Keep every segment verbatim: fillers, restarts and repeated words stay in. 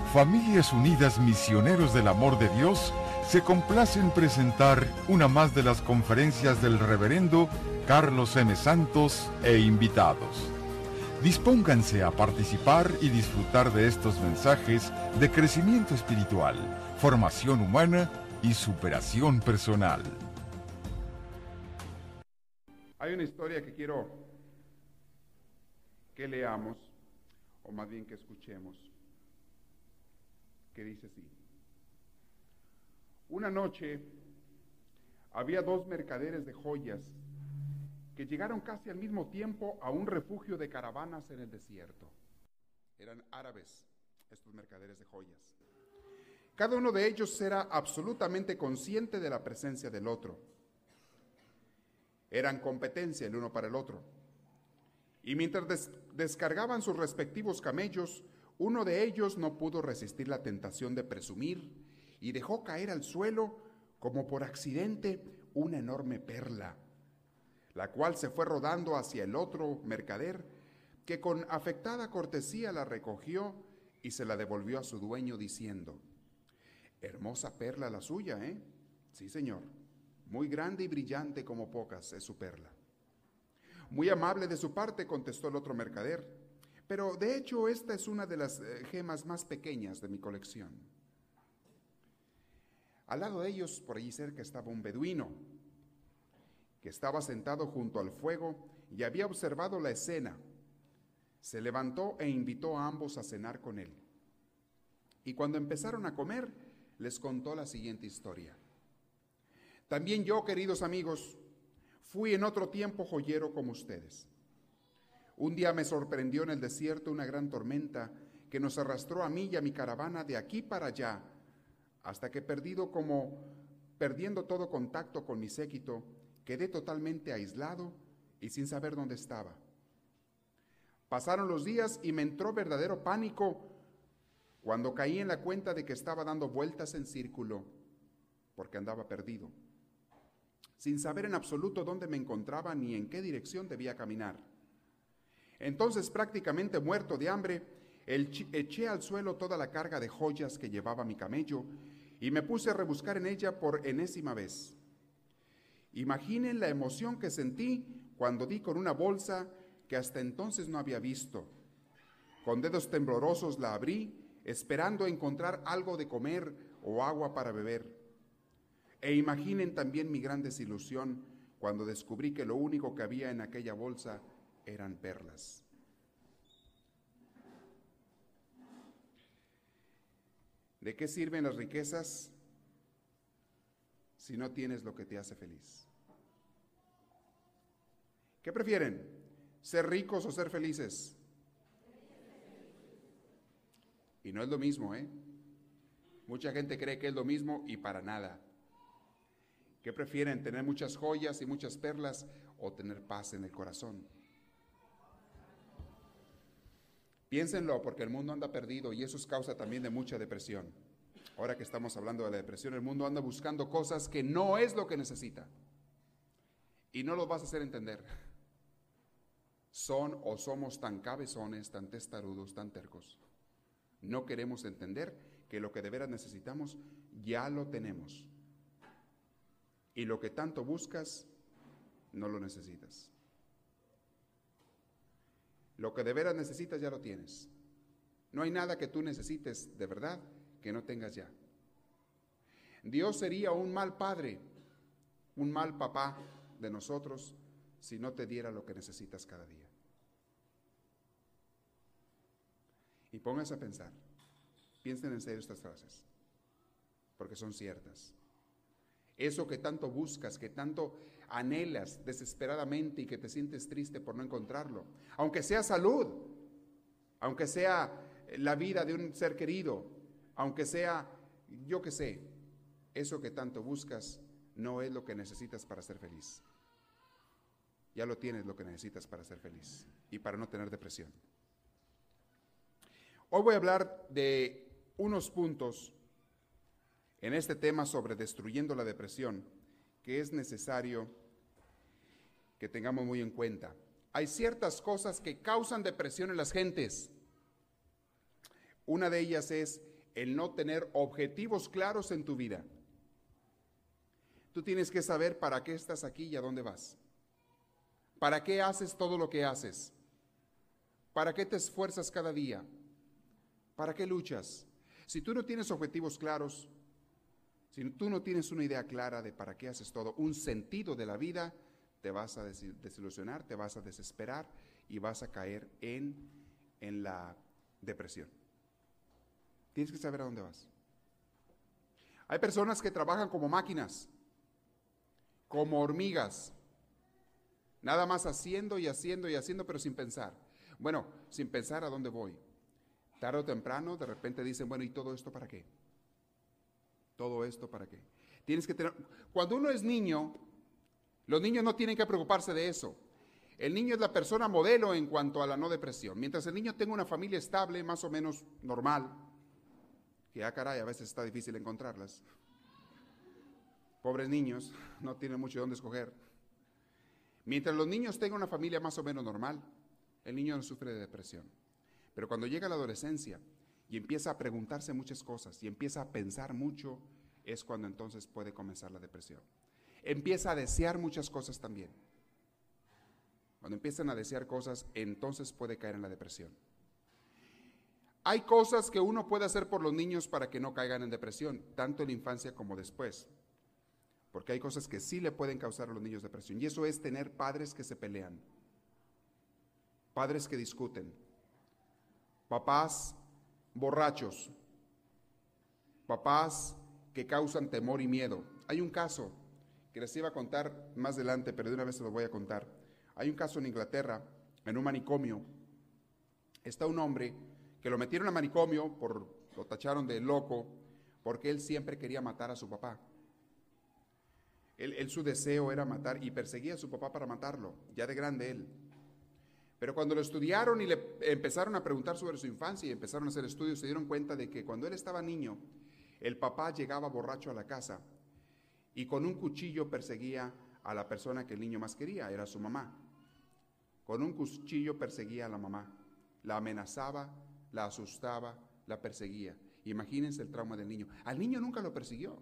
Familias Unidas Misioneros del Amor de Dios se complace en presentar una más de las conferencias del Reverendo Carlos M. Santos e invitados. Dispónganse a participar y disfrutar de estos mensajes de crecimiento espiritual, formación humana y superación personal. Hay una historia que quiero que leamos, o más bien que escuchemos, que dice así. Una noche había dos mercaderes de joyas que llegaron casi al mismo tiempo a un refugio de caravanas en el desierto. Eran árabes, estos mercaderes de joyas. Cada uno de ellos era absolutamente consciente de la presencia del otro. Eran competencia el uno para el otro. Y mientras des- descargaban sus respectivos camellos, uno de ellos no pudo resistir la tentación de presumir y dejó caer al suelo, como por accidente, una enorme perla, la cual se fue rodando hacia el otro mercader, que con afectada cortesía la recogió y se la devolvió a su dueño diciendo: hermosa perla la suya, ¿eh? Sí, señor, muy grande y brillante como pocas es su perla. Muy amable de su parte, contestó el otro mercader, pero de hecho esta es una de las eh, gemas más pequeñas de mi colección. Al lado de ellos, por allí cerca, estaba un beduino, que estaba sentado junto al fuego y había observado la escena. Se levantó e invitó a ambos a cenar con él. Y cuando empezaron a comer, les contó la siguiente historia. También yo, queridos amigos, fui en otro tiempo joyero como ustedes. Un día me sorprendió en el desierto una gran tormenta que nos arrastró a mí y a mi caravana de aquí para allá, hasta que perdido como perdiendo todo contacto con mi séquito, quedé totalmente aislado y sin saber dónde estaba. Pasaron los días y me entró verdadero pánico cuando caí en la cuenta de que estaba dando vueltas en círculo, porque andaba perdido, sin saber en absoluto dónde me encontraba ni en qué dirección debía caminar. Entonces, prácticamente muerto de hambre, eché al suelo toda la carga de joyas que llevaba mi camello y me puse a rebuscar en ella por enésima vez. Imaginen la emoción que sentí cuando di con una bolsa que hasta entonces no había visto. Con dedos temblorosos la abrí, esperando encontrar algo de comer o agua para beber. E imaginen también mi gran desilusión cuando descubrí que lo único que había en aquella bolsa eran perlas. ¿De qué sirven las riquezas si no tienes lo que te hace feliz? ¿Qué prefieren? ¿Ser ricos o ser felices? Y no es lo mismo, ¿eh? Mucha gente cree que es lo mismo y para nada. ¿Qué prefieren? ¿Tener muchas joyas y muchas perlas o tener paz en el corazón? Piénsenlo, porque el mundo anda perdido y eso es causa también de mucha depresión. Ahora que estamos hablando de la depresión, el mundo anda buscando cosas que no es lo que necesita. Y no lo vas a hacer entender. Son o somos tan cabezones, tan testarudos, tan tercos. No queremos entender que lo que de veras necesitamos ya lo tenemos. Y lo que tanto buscas, no lo necesitas. Lo que de veras necesitas ya lo tienes. No hay nada que tú necesites de verdad que no tengas ya. Dios sería un mal padre, un mal papá de nosotros si no te diera lo que necesitas cada día. Y pónganse a pensar, piensen en serio estas frases, porque son ciertas. Eso que tanto buscas, que tanto anhelas desesperadamente y que te sientes triste por no encontrarlo, aunque sea salud, aunque sea la vida de un ser querido, aunque sea, yo qué sé, eso que tanto buscas no es lo que necesitas para ser feliz. Ya lo tienes lo que necesitas para ser feliz y para no tener depresión. Hoy voy a hablar de unos puntos en este tema sobre destruyendo la depresión que es necesario que tengamos muy en cuenta. Hay ciertas cosas que causan depresión en las gentes. Una de ellas es el no tener objetivos claros en tu vida. Tú tienes que saber para qué estás aquí y a dónde vas. ¿Para qué haces todo lo que haces? ¿Para qué te esfuerzas cada día? ¿Para qué luchas? Si tú no tienes objetivos claros, si tú no tienes una idea clara de para qué haces todo, un sentido de la vida, te vas a desilusionar, te vas a desesperar y vas a caer en, en la depresión. Tienes que saber a dónde vas. Hay personas que trabajan como máquinas, como hormigas, nada más haciendo y haciendo y haciendo, pero sin pensar. Bueno, sin pensar a dónde voy. Tarde o temprano, de repente dicen, bueno, ¿y todo esto para qué? ¿Todo esto para qué? Tienes que tener... Cuando uno es niño, los niños no tienen que preocuparse de eso. El niño es la persona modelo en cuanto a la no depresión. Mientras el niño tenga una familia estable, más o menos normal, que ah, caray, a veces está difícil encontrarlas. Pobres niños, no tienen mucho de dónde escoger. Mientras los niños tengan una familia más o menos normal, el niño no sufre de depresión. Pero cuando llega la adolescencia y empieza a preguntarse muchas cosas y empieza a pensar mucho, es cuando entonces puede comenzar la depresión. Empieza a desear muchas cosas también. Cuando empiezan a desear cosas, entonces puede caer en la depresión. Hay cosas que uno puede hacer por los niños para que no caigan en depresión, tanto en la infancia como después. Porque hay cosas que sí le pueden causar a los niños depresión. Y eso es tener padres que se pelean, padres que discuten, papás borrachos, papás que causan temor y miedo. Hay un caso que les iba a contar más adelante, pero de una vez se lo voy a contar. Hay un caso en Inglaterra, en un manicomio. Está un hombre que lo metieron a manicomio, por, lo tacharon de loco, porque él siempre quería matar a su papá. Él, él su deseo era matar y perseguía a su papá para matarlo, ya de grande él. Pero cuando lo estudiaron y le empezaron a preguntar sobre su infancia y empezaron a hacer estudios, se dieron cuenta de que cuando él estaba niño, el papá llegaba borracho a la casa y con un cuchillo perseguía a la persona que el niño más quería, era su mamá. Con un cuchillo perseguía a la mamá, la amenazaba, la asustaba, la perseguía. Imagínense el trauma del niño. Al niño nunca lo persiguió.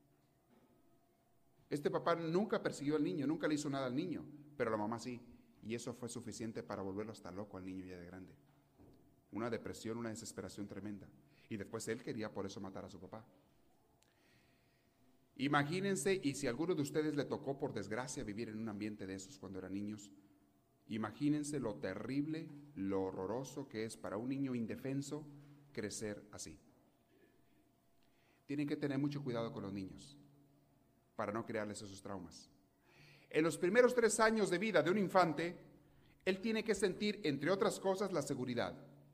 Este papá nunca persiguió al niño, nunca le hizo nada al niño, pero la mamá sí. Y eso fue suficiente para volverlo hasta loco al niño ya de grande. Una depresión, una desesperación tremenda. Y después él quería por eso matar a su papá. Imagínense, y si a alguno de ustedes le tocó por desgracia vivir en un ambiente de esos cuando eran niños, imagínense lo terrible, lo horroroso que es para un niño indefenso crecer así. Tienen que tener mucho cuidado con los niños para no crearles esos traumas. En los primeros tres años de vida de un infante, él tiene que sentir, entre otras cosas, la seguridad.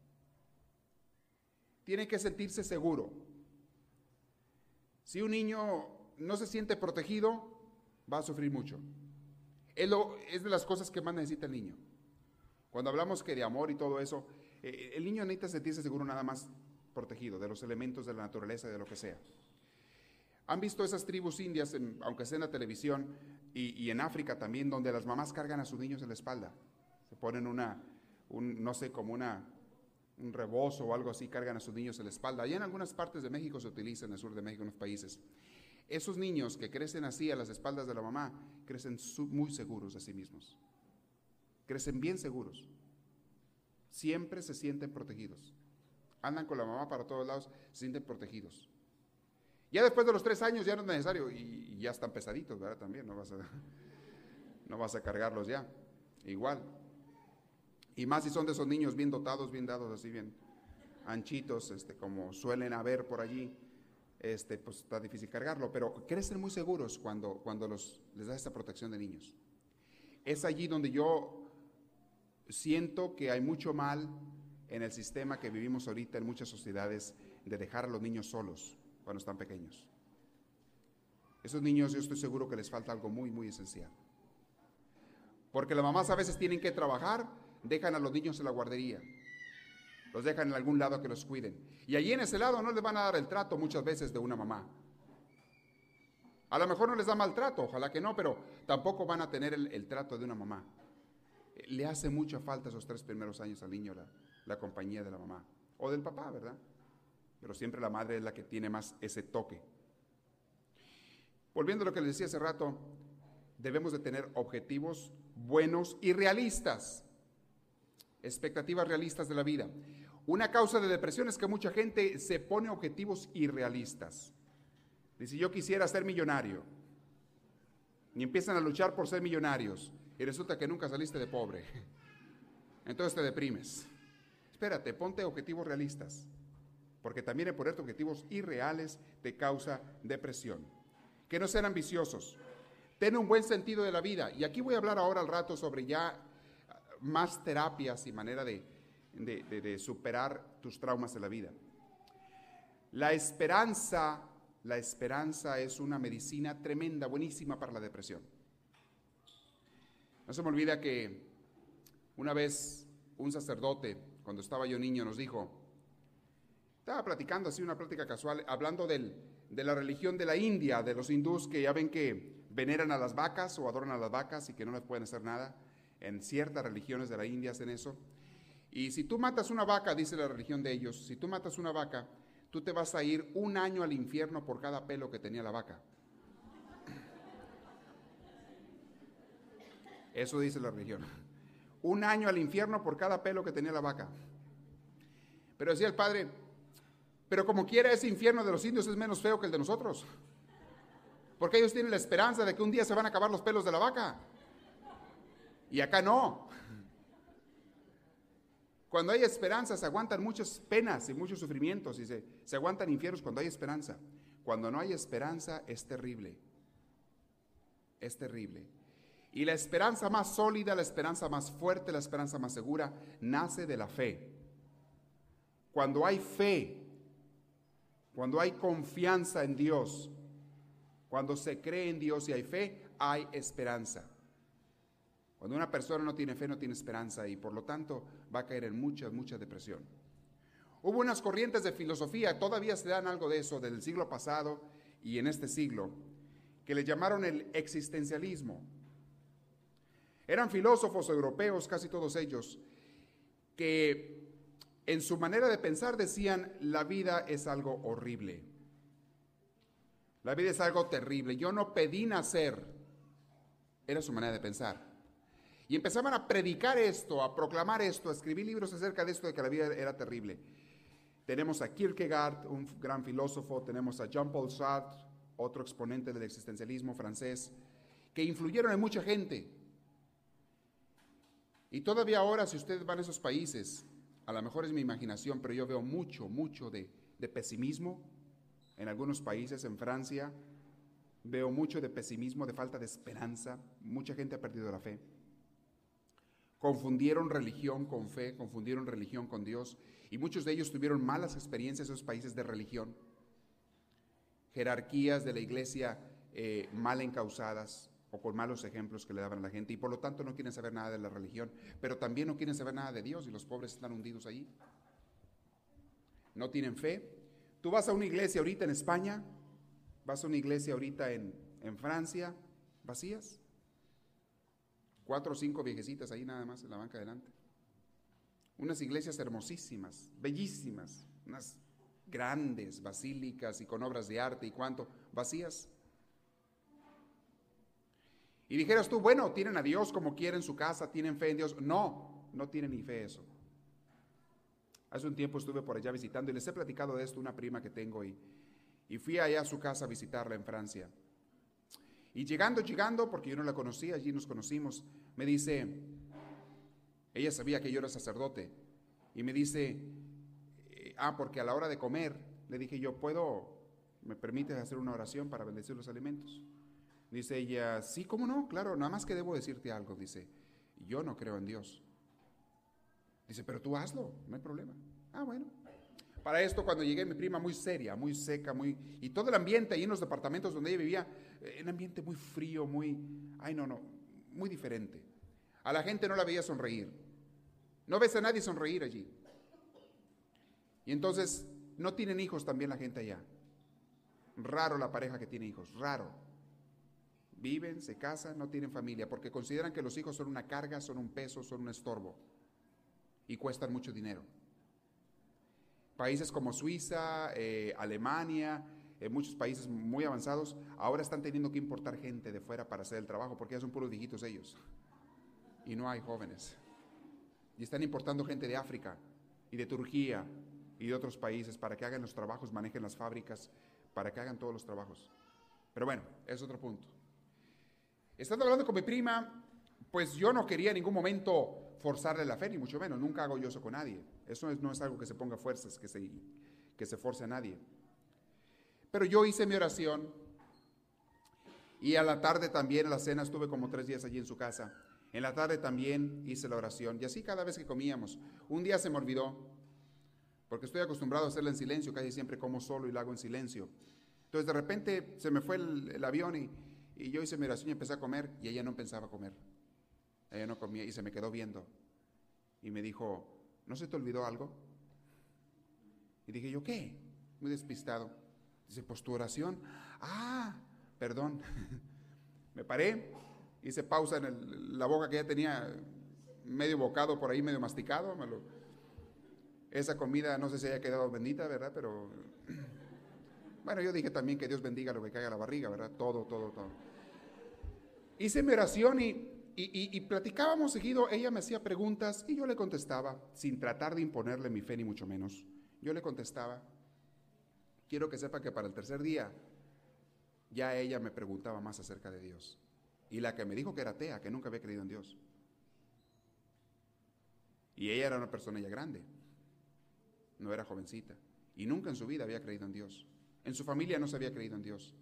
Tiene que sentirse seguro. Si un niño no se siente protegido, va a sufrir mucho. Es, lo, es de las cosas que más necesita el niño. Cuando hablamos que de amor y todo eso, eh, el niño necesita sentirse seguro nada más protegido de los elementos de la naturaleza y de lo que sea. ¿Han visto esas tribus indias, en, aunque sea en la televisión, y, y en África también, donde las mamás cargan a sus niños en la espalda? Se ponen una, un, no sé, como una, un rebozo o algo así, cargan a sus niños en la espalda. Allá en algunas partes de México se utiliza, en el sur de México, en los países. Esos niños que crecen así a las espaldas de la mamá, crecen su, muy seguros de sí mismos. Crecen bien seguros. Siempre se sienten protegidos. Andan con la mamá para todos lados, se sienten protegidos. Ya después de los tres años ya no es necesario, y, y ya están pesaditos, ¿verdad? También no vas a, no vas a cargarlos ya, igual. Y más si son de esos niños bien dotados, bien dados, así bien anchitos, este, como suelen haber por allí, este, pues está difícil cargarlo, pero crecen muy seguros cuando, cuando los, les da esta protección de niños. Es allí donde yo siento que hay mucho mal en el sistema que vivimos ahorita en muchas sociedades de dejar a los niños solos cuando están pequeños. Esos niños yo estoy seguro que les falta algo muy, muy esencial. Porque las mamás a veces tienen que trabajar, dejan a los niños en la guardería, los dejan en algún lado que los cuiden. Y allí en ese lado no les van a dar el trato muchas veces de una mamá. A lo mejor no les da maltrato, ojalá que no, pero tampoco van a tener el, el trato de una mamá. Le hace mucha falta esos tres primeros años al niño la, la compañía de la mamá o del papá, ¿verdad? pero siempre la madre es la que tiene más ese toque. Volviendo a lo que les decía hace rato, debemos de tener objetivos buenos y realistas, expectativas realistas de la vida. Una causa de depresión es que mucha gente se pone objetivos irrealistas. Dice, yo quisiera ser millonario, y empiezan a luchar por ser millonarios, y resulta que nunca saliste de pobre. Entonces te deprimes. Espérate, ponte objetivos realistas, porque también el ponerte objetivos irreales te causa depresión. Que no sean ambiciosos. Ten un buen sentido de la vida. Y aquí voy a hablar ahora al rato sobre ya más terapias y manera de, de, de, de superar tus traumas de la vida. La esperanza, la esperanza es una medicina tremenda, buenísima para la depresión. No se me olvida que una vez un sacerdote, cuando estaba yo niño, nos dijo, estaba platicando así, una plática casual, hablando del, de la religión de la India, de los hindús que ya ven que veneran a las vacas o adoran a las vacas y que no les pueden hacer nada. En ciertas religiones de la India hacen eso. Y si tú matas una vaca, dice la religión de ellos, si tú matas una vaca, tú te vas a ir un año al infierno por cada pelo que tenía la vaca. Eso dice la religión. Un año al infierno por cada pelo que tenía la vaca. Pero decía el padre, pero como quiera ese infierno de los indios es menos feo que el de nosotros. Porque ellos tienen la esperanza de que un día se van a acabar los pelos de la vaca. Y acá no. Cuando hay esperanza se aguantan muchas penas y muchos sufrimientos y se, se aguantan infiernos cuando hay esperanza. Cuando no hay esperanza es terrible. Es terrible. Y la esperanza más sólida, la esperanza más fuerte, la esperanza más segura, nace de la fe. Cuando hay fe, cuando hay confianza en Dios, cuando se cree en Dios y hay fe, hay esperanza. Cuando una persona no tiene fe, no tiene esperanza y por lo tanto va a caer en mucha, mucha depresión. Hubo unas corrientes de filosofía, todavía se dan algo de eso, del siglo pasado y en este siglo, que le llamaron el existencialismo. Eran filósofos europeos, casi todos ellos, que en su manera de pensar decían, la vida es algo horrible. La vida es algo terrible. Yo no pedí nacer. Era su manera de pensar. Y empezaban a predicar esto, a proclamar esto, a escribir libros acerca de esto, de que la vida era terrible. Tenemos a Kierkegaard, un gran filósofo, tenemos a Jean-Paul Sartre, otro exponente del existencialismo francés, que influyeron en mucha gente. Y todavía ahora, si ustedes van a esos países, a lo mejor es mi imaginación, pero yo veo mucho, mucho de, de pesimismo en algunos países. En Francia veo mucho de pesimismo, de falta de esperanza. Mucha gente ha perdido la fe. Confundieron religión con fe, confundieron religión con Dios, y muchos de ellos tuvieron malas experiencias en esos países de religión. Jerarquías de la iglesia eh, mal encausadas, o con malos ejemplos que le daban a la gente, y por lo tanto no quieren saber nada de la religión, pero también no quieren saber nada de Dios, y los pobres están hundidos allí. No tienen fe. Tú vas a una iglesia ahorita en España, vas a una iglesia ahorita en, en Francia, vacías. Cuatro o cinco viejecitas ahí nada más en la banca delante. Unas iglesias hermosísimas, bellísimas, unas grandes basílicas y con obras de arte y cuánto, vacías. Y dijeras tú, bueno, tienen a Dios como quieren su casa, tienen fe en Dios. No, no tienen ni fe eso. Hace un tiempo estuve por allá visitando y les he platicado de esto a una prima que tengo y, y fui allá a su casa a visitarla en Francia. Y llegando, llegando, porque yo no la conocía, allí nos conocimos, me dice, ella sabía que yo era sacerdote, y me dice, eh, ah, porque a la hora de comer, le dije yo, ¿puedo, me permites hacer una oración para bendecir los alimentos? Dice ella, sí, ¿cómo no? Claro, nada más que debo decirte algo. Dice, yo no creo en Dios. Dice, pero tú hazlo, no hay problema. Ah, bueno. Para esto, cuando llegué, mi prima muy seria, muy seca, muy y todo el ambiente ahí en los departamentos donde ella vivía, eh, un ambiente muy frío, muy, ay no, no, muy diferente. A la gente no la veía sonreír. No ves a nadie sonreír allí. Y entonces, no tienen hijos también la gente allá. Raro la pareja que tiene hijos, raro. Viven, se casan, no tienen familia, porque consideran que los hijos son una carga, son un peso, son un estorbo y cuestan mucho dinero. Países como Suiza, eh, Alemania, eh, muchos países muy avanzados, ahora están teniendo que importar gente de fuera para hacer el trabajo, porque ya son puros viejitos ellos. Y no hay jóvenes. Y están importando gente de África y de Turquía y de otros países para que hagan los trabajos, manejen las fábricas, para que hagan todos los trabajos. Pero bueno, es otro punto. Estando hablando con mi prima, pues yo no quería en ningún momento forzarle la fe, ni mucho menos. Nunca hago yo eso con nadie. Eso no es algo que se ponga fuerzas, que se, que se force a nadie. Pero yo hice mi oración y a la tarde también, a la cena, estuve como tres días allí en su casa. En la tarde también hice la oración y así cada vez que comíamos. Un día se me olvidó, porque estoy acostumbrado a hacerla en silencio, casi siempre como solo y la hago en silencio. Entonces de repente se me fue el, el avión y, y yo hice mi oración y empecé a comer y ella no pensaba comer. Ella no comía y se me quedó viendo y me dijo, ¿no se te olvidó algo? Y dije yo, ¿qué? Muy despistado. Dice, pues tu oración. Ah, perdón. Me paré, hice pausa en el, la boca que ya tenía medio bocado por ahí, medio masticado. Me lo, esa comida no sé si haya quedado bendita, ¿verdad? Pero bueno, yo dije también que Dios bendiga lo que caiga a la barriga, ¿verdad? Todo, todo, todo. Hice mi oración y, y, y, y platicábamos seguido. Ella me hacía preguntas y yo le contestaba, sin tratar de imponerle mi fe ni mucho menos. Yo le contestaba. Quiero que sepa que para el tercer día ya ella me preguntaba más acerca de Dios. Y la que me dijo que era atea, que nunca había creído en Dios. Y ella era una persona ya grande, no era jovencita. Y nunca en su vida había creído en Dios. En su familia no se había creído en Dios.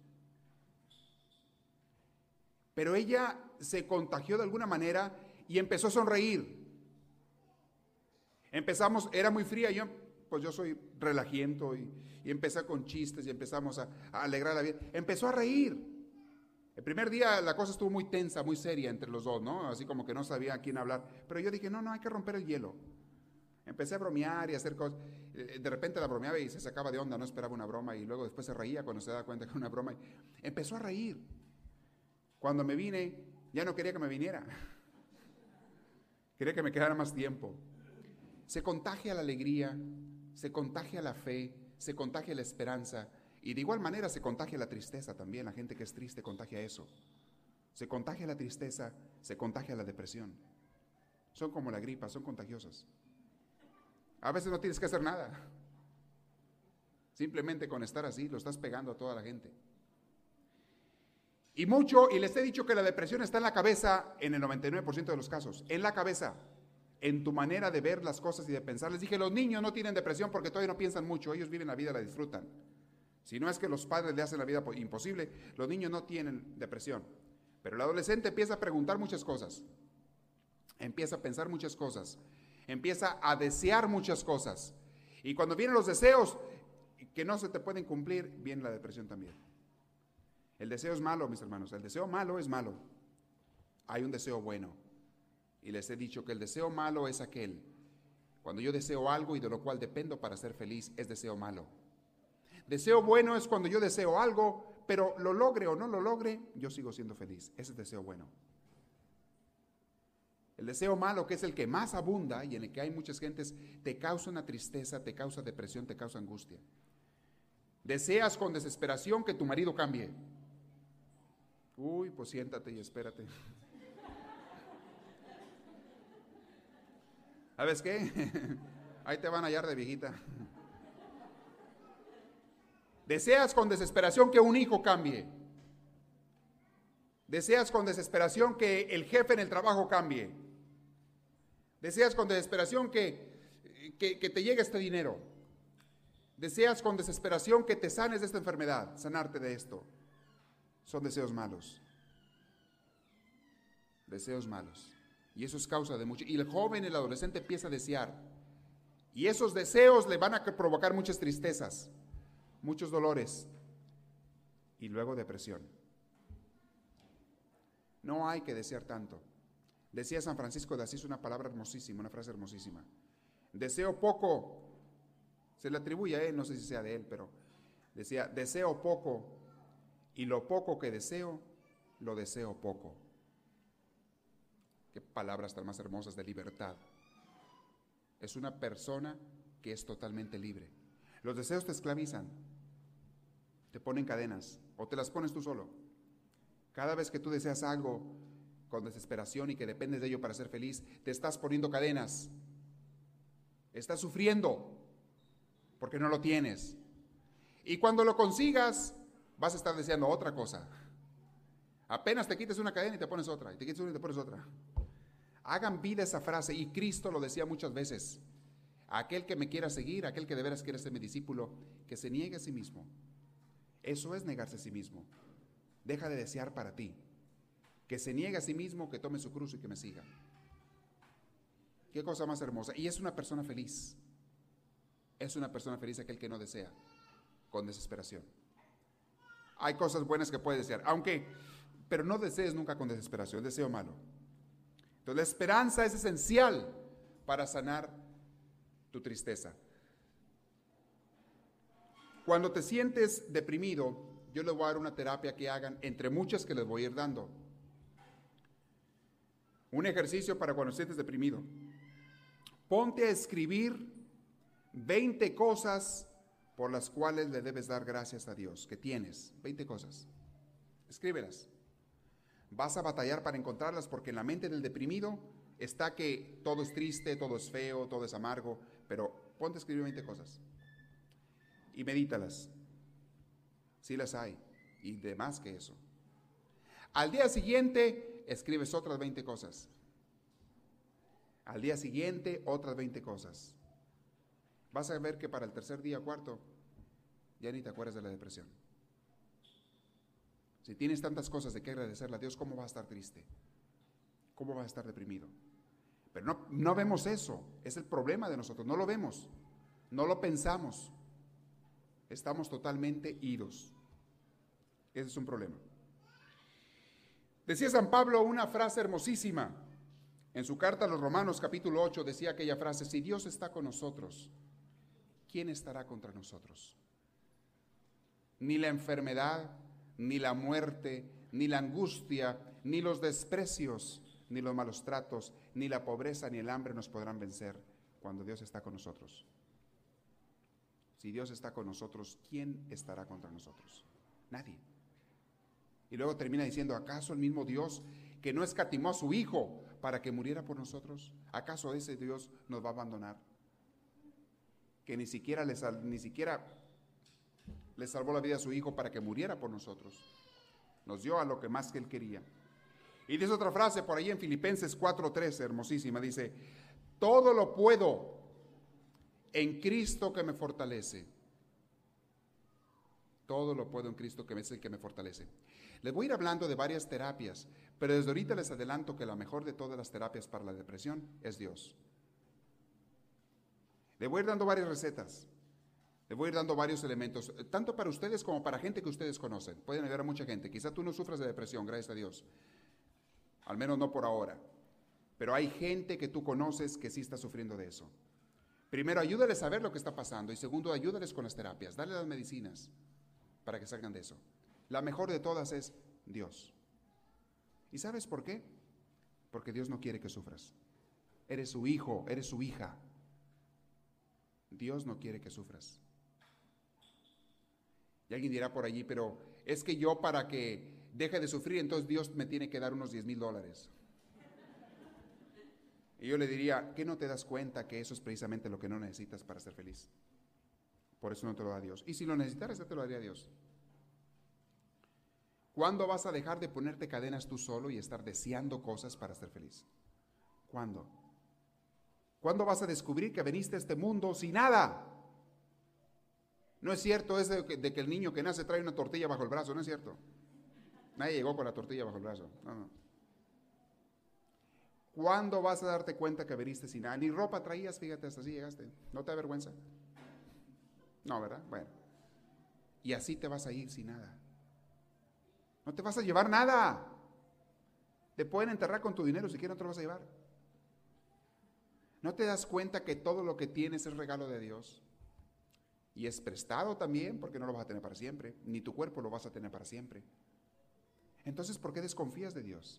Pero ella se contagió de alguna manera y empezó a sonreír. Empezamos, era muy fría, yo, pues yo soy relajiento y, y empecé con chistes y empezamos a, a alegrar la vida. Empezó a reír. El primer día la cosa estuvo muy tensa, muy seria entre los dos, ¿no? Así como que no sabía a quién hablar. Pero yo dije, no, no, hay que romper el hielo. Empecé a bromear y a hacer cosas. De repente la bromeaba y se sacaba de onda, no esperaba una broma y luego después se reía cuando se daba cuenta que era una broma. Y empezó a reír. Cuando me vine, ya no quería que me viniera. Quería que me quedara más tiempo. Se contagia la alegría, se contagia la fe, se contagia la esperanza y de igual manera se contagia la tristeza también. La gente que es triste contagia eso. Se contagia la tristeza, se contagia la depresión. Son como la gripa, son contagiosas. A veces no tienes que hacer nada. Simplemente con estar así lo estás pegando a toda la gente. Y mucho, y les he dicho que la depresión está en la cabeza en el noventa y nueve por ciento de los casos. En la cabeza, en tu manera de ver las cosas y de pensar. Les dije, los niños no tienen depresión porque todavía no piensan mucho. Ellos viven la vida, la disfrutan. Si no es que los padres le hacen la vida imposible, los niños no tienen depresión. Pero el adolescente empieza a preguntar muchas cosas. Empieza a pensar muchas cosas. Empieza a desear muchas cosas. Y cuando vienen los deseos que no se te pueden cumplir, viene la depresión también. El deseo es malo, mis hermanos. El deseo malo es malo. Hay un deseo bueno. Y les he dicho que el deseo malo es aquel. Cuando yo deseo algo y de lo cual dependo para ser feliz, es deseo malo. Deseo bueno es cuando yo deseo algo, pero lo logre o no lo logre, yo sigo siendo feliz. Ese es deseo bueno. El deseo malo, que es el que más abunda y en el que hay muchas gentes, te causa una tristeza, te causa depresión, te causa angustia. Deseas con desesperación que tu marido cambie. Uy, pues siéntate y espérate. ¿Sabes qué? Ahí te van a hallar de viejita. Deseas con desesperación que un hijo cambie. Deseas con desesperación que el jefe en el trabajo cambie. Deseas con desesperación que, que, que te llegue este dinero. Deseas con desesperación que te sanes de esta enfermedad, sanarte de esto. Son deseos malos. Deseos malos. Y eso es causa de mucho. Y el joven, el adolescente empieza a desear. Y esos deseos le van a provocar muchas tristezas, muchos dolores y luego depresión. No hay que desear tanto. Decía San Francisco de Asís una palabra hermosísima, una frase hermosísima. Deseo poco, se le atribuye a él, no sé si sea de él, pero decía, deseo poco y lo poco que deseo, lo deseo poco. Qué palabras tan más hermosas de libertad. Es una persona que es totalmente libre. Los deseos te esclavizan, te ponen cadenas o te las pones tú solo. Cada vez que tú deseas algo con desesperación y que dependes de ello para ser feliz, te estás poniendo cadenas. Estás sufriendo porque no lo tienes. Y cuando lo consigas, vas a estar deseando otra cosa. Apenas te quites una cadena y te pones otra, y te quites una y te pones otra. Hagan vida esa frase, y Cristo lo decía muchas veces. Aquel que me quiera seguir, aquel que de veras quiera ser mi discípulo, que se niegue a sí mismo. Eso es negarse a sí mismo. Deja de desear para ti. Que se niegue a sí mismo, que tome su cruz y que me siga. Qué cosa más hermosa. Y es una persona feliz. Es una persona feliz aquel que no desea con desesperación. Hay cosas buenas que puedes desear, aunque, pero no desees nunca con desesperación, deseo malo. Entonces la esperanza es esencial para sanar tu tristeza. Cuando te sientes deprimido, yo les voy a dar una terapia que hagan, entre muchas que les voy a ir dando. Un ejercicio para cuando te sientes deprimido. Ponte a escribir veinte cosas por las cuales le debes dar gracias a Dios, que tienes, veinte cosas. Escríbelas. Vas a batallar para encontrarlas porque en la mente del deprimido está que todo es triste, todo es feo, todo es amargo, pero ponte a escribir veinte cosas y medítalas. Sí las hay, y de más que eso. Al día siguiente escribes otras veinte cosas. Al día siguiente otras veinte cosas. Vas a ver que para el tercer día, cuarto, ya ni te acuerdas de la depresión. Si tienes tantas cosas de qué agradecerle a Dios, ¿cómo vas a estar triste? ¿Cómo vas a estar deprimido? Pero no, no vemos eso, es el problema de nosotros, no lo vemos, no lo pensamos. Estamos totalmente idos. Ese es un problema. Decía San Pablo una frase hermosísima. En su carta a los Romanos, capítulo ocho, decía aquella frase: si Dios está con nosotros, ¿quién estará contra nosotros? Ni la enfermedad, ni la muerte, ni la angustia, ni los desprecios, ni los malos tratos, ni la pobreza, ni el hambre nos podrán vencer cuando Dios está con nosotros. Si Dios está con nosotros, ¿quién estará contra nosotros? Nadie. Y luego termina diciendo: ¿acaso el mismo Dios que no escatimó a su Hijo para que muriera por nosotros? ¿Acaso ese Dios nos va a abandonar? Que ni siquiera le, sal, ni siquiera le salvó la vida a su Hijo para que muriera por nosotros. Nos dio a lo que más que Él quería. Y dice otra frase por ahí en Filipenses cuatro trece, hermosísima, dice: todo lo puedo en Cristo que me fortalece. Todo lo puedo en Cristo que es el que me fortalece. Les voy a ir hablando de varias terapias, pero desde ahorita les adelanto que la mejor de todas las terapias para la depresión es Dios. Les voy a ir dando varias recetas, les voy a ir dando varios elementos, tanto para ustedes como para gente que ustedes conocen. Pueden ayudar a mucha gente. Quizá tú no sufras de depresión, gracias a Dios, al menos no por ahora, pero hay gente que tú conoces que sí está sufriendo de eso. Primero, ayúdales a ver lo que está pasando, y segundo, ayúdales con las terapias, dale las medicinas para que salgan de eso. La mejor de todas es Dios. ¿Y sabes por qué? Porque Dios no quiere que sufras. Eres su hijo, eres su hija. Dios no quiere que sufras. Y alguien dirá por allí: pero es que yo, para que deje de sufrir, entonces Dios me tiene que dar unos diez mil dólares. Y yo le diría: ¿qué no te das cuenta que eso es precisamente lo que no necesitas para ser feliz? Por eso no te lo da Dios. Y si lo necesitaras, ya te lo daría Dios. ¿Cuándo vas a dejar de ponerte cadenas tú solo y estar deseando cosas para ser feliz? ¿Cuándo? ¿Cuándo vas a descubrir que viniste a este mundo sin nada? No es cierto eso de que, de que el niño que nace trae una tortilla bajo el brazo, no es cierto. Nadie llegó con la tortilla bajo el brazo. No, no. ¿Cuándo vas a darte cuenta que viniste sin nada? Ni ropa traías, fíjate, hasta así llegaste. ¿No te da vergüenza? No, ¿verdad? Bueno. Y así te vas a ir sin nada. No te vas a llevar nada. Te pueden enterrar con tu dinero, si quieres no te lo vas a llevar. ¿No te das cuenta que todo lo que tienes es regalo de Dios? Y es prestado también, porque no lo vas a tener para siempre, ni tu cuerpo lo vas a tener para siempre. Entonces, ¿por qué desconfías de Dios?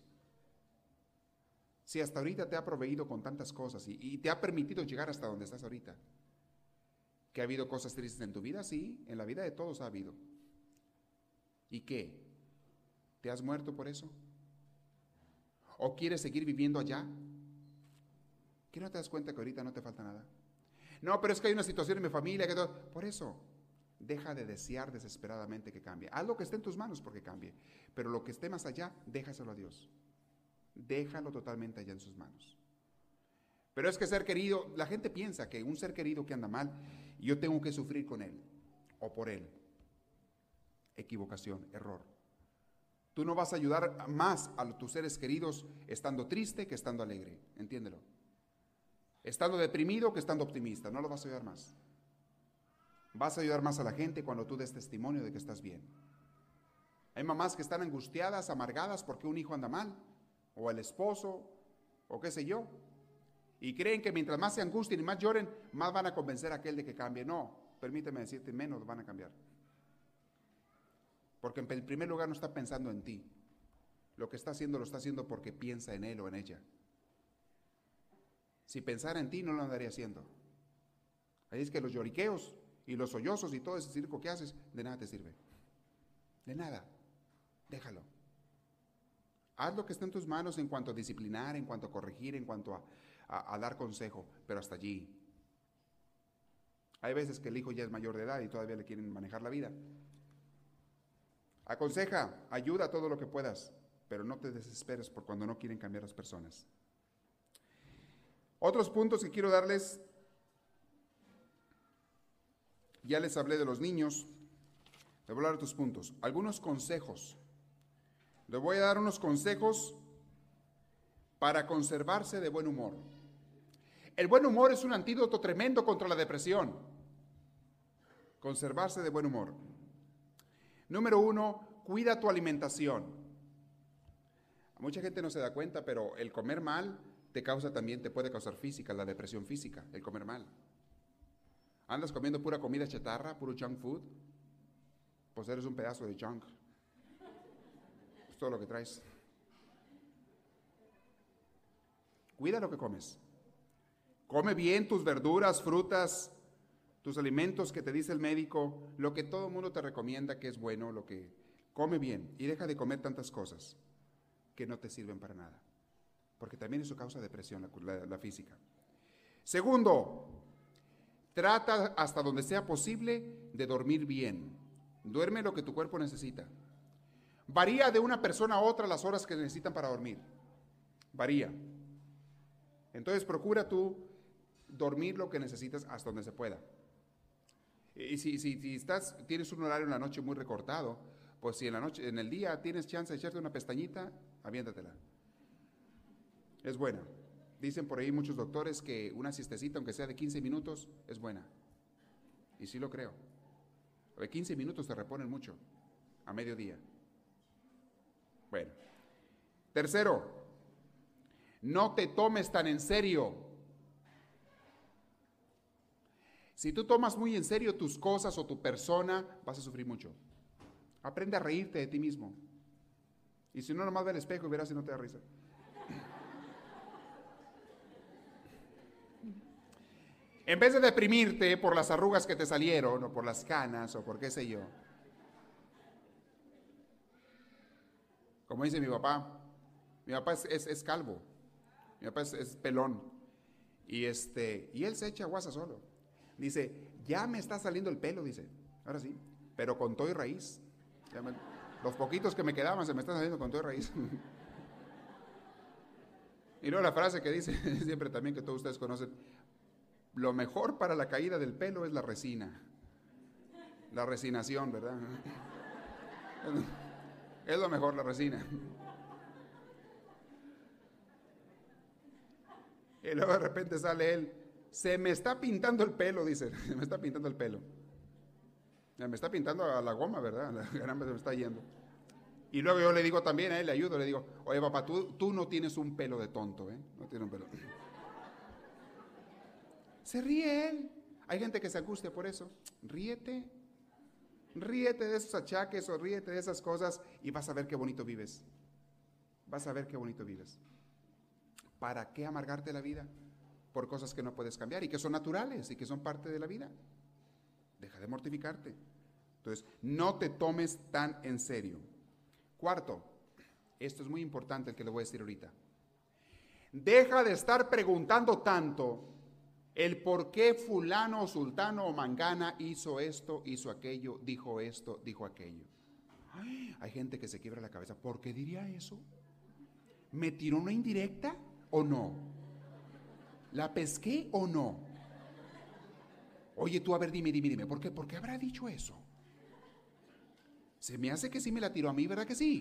Si hasta ahorita te ha proveído con tantas cosas y, y te ha permitido llegar hasta donde estás ahorita. ¿Que ha habido cosas tristes en tu vida? Sí, en la vida de todos ha habido. ¿Y qué? ¿Te has muerto por eso? ¿O quieres seguir viviendo allá? ¿Que no te das cuenta que ahorita no te falta nada? No, pero es que hay una situación en mi familia que todo... Por eso, deja de desear desesperadamente que cambie. Haz lo que esté en tus manos porque cambie. Pero lo que esté más allá, déjaselo a Dios. Déjalo totalmente allá en sus manos. Pero es que ser querido, la gente piensa que un ser querido que anda mal, yo tengo que sufrir con él o por él. Equivocación, error. Tú no vas a ayudar más a tus seres queridos estando triste que estando alegre, entiéndelo. Estando deprimido que estando optimista, no lo vas a ayudar más. Vas a ayudar más a la gente cuando tú des testimonio de que estás bien. Hay mamás que están angustiadas, amargadas porque un hijo anda mal, o el esposo, o qué sé yo, y creen que mientras más se angustien y más lloren, más van a convencer a aquel de que cambie. No, permíteme decirte, menos van a cambiar. Porque en primer lugar no está pensando en ti. Lo que está haciendo lo está haciendo porque piensa en él o en ella. Si pensara en ti no lo andaría haciendo. Ahí es que los lloriqueos y los sollozos y todo ese circo que haces, de nada te sirve. De nada. Déjalo. Haz lo que esté en tus manos en cuanto a disciplinar, en cuanto a corregir, en cuanto a, a, a dar consejo, pero hasta allí. Hay veces que el hijo ya es mayor de edad y todavía le quieren manejar la vida. Aconseja, ayuda todo lo que puedas, pero no te desesperes por cuando no quieren cambiar las personas. Otros puntos que quiero darles, ya les hablé de los niños, les voy a dar otros puntos, algunos consejos. Les voy a dar unos consejos para conservarse de buen humor. El buen humor es un antídoto tremendo contra la depresión. Conservarse de buen humor. Número uno, cuida tu alimentación. Mucha gente no se da cuenta, pero el comer mal te causa también, te puede causar física, la depresión física, el comer mal. Andas comiendo pura comida chatarra, puro junk food, pues eres un pedazo de junk. Es todo lo que traes. Cuida lo que comes. Come bien tus verduras, frutas, tus alimentos que te dice el médico, lo que todo el mundo te recomienda que es bueno, lo que come bien y deja de comer tantas cosas que no te sirven para nada, porque también eso causa depresión, la, la, la física. Segundo, trata hasta donde sea posible de dormir bien. Duerme lo que tu cuerpo necesita. Varía de una persona a otra las horas que necesitan para dormir. Varía. Entonces procura tú dormir lo que necesitas hasta donde se pueda. Y si, si, si estás, tienes un horario en la noche muy recortado, pues si en la noche, en el día tienes chance de echarte una pestañita, aviéntatela. Es buena. Dicen por ahí muchos doctores que una siestecita, aunque sea de quince minutos, es buena. Y sí lo creo. De quince minutos te reponen mucho, a mediodía. Bueno. Tercero, no te tomes tan en serio. Si tú tomas muy en serio tus cosas o tu persona, vas a sufrir mucho. Aprende a reírte de ti mismo. Y si no, nomás ve al espejo y verás si no te da risa. En vez de deprimirte por las arrugas que te salieron, o por las canas, o por qué sé yo. Como dice mi papá, mi papá es, es, es calvo, mi papá es, es pelón, y, este, y él se echa guasa solo. Dice, ya me está saliendo el pelo, dice, ahora sí, pero con todo y raíz. Ya me, los poquitos que me quedaban se me están saliendo con todo y raíz. Y luego la frase que dice siempre también, que todos ustedes conocen, lo mejor para la caída del pelo es la resina. La resinación, ¿verdad? Es lo mejor, la resina. Y luego de repente sale él, se me está pintando el pelo, dice, se me está pintando el pelo. Me está pintando a la goma, ¿verdad? La caramba, se me está yendo. Y luego yo le digo también a él, le ayudo, le digo, oye papá, tú, tú no tienes un pelo de tonto, ¿eh? No tienes un pelo. Se ríe él. Hay gente que se angustia por eso. Ríete. Ríete de esos achaques o ríete de esas cosas y vas a ver qué bonito vives. Vas a ver qué bonito vives. ¿Para qué amargarte la vida? Por cosas que no puedes cambiar y que son naturales y que son parte de la vida. Deja de mortificarte. Entonces, no te tomes tan en serio. Cuarto, esto es muy importante el que le voy a decir ahorita. Deja de estar preguntando tanto el por qué fulano o sultano o mangana hizo esto, hizo aquello, dijo esto, dijo aquello. Ay, hay gente que se quiebra la cabeza. ¿Por qué diría eso? ¿Me tiró una indirecta o no? ¿La pesqué o no? Oye, tú a ver, dime, dime, dime, ¿por qué, ¿por qué habrá dicho eso? Se me hace que sí me la tiró a mí, ¿verdad que sí?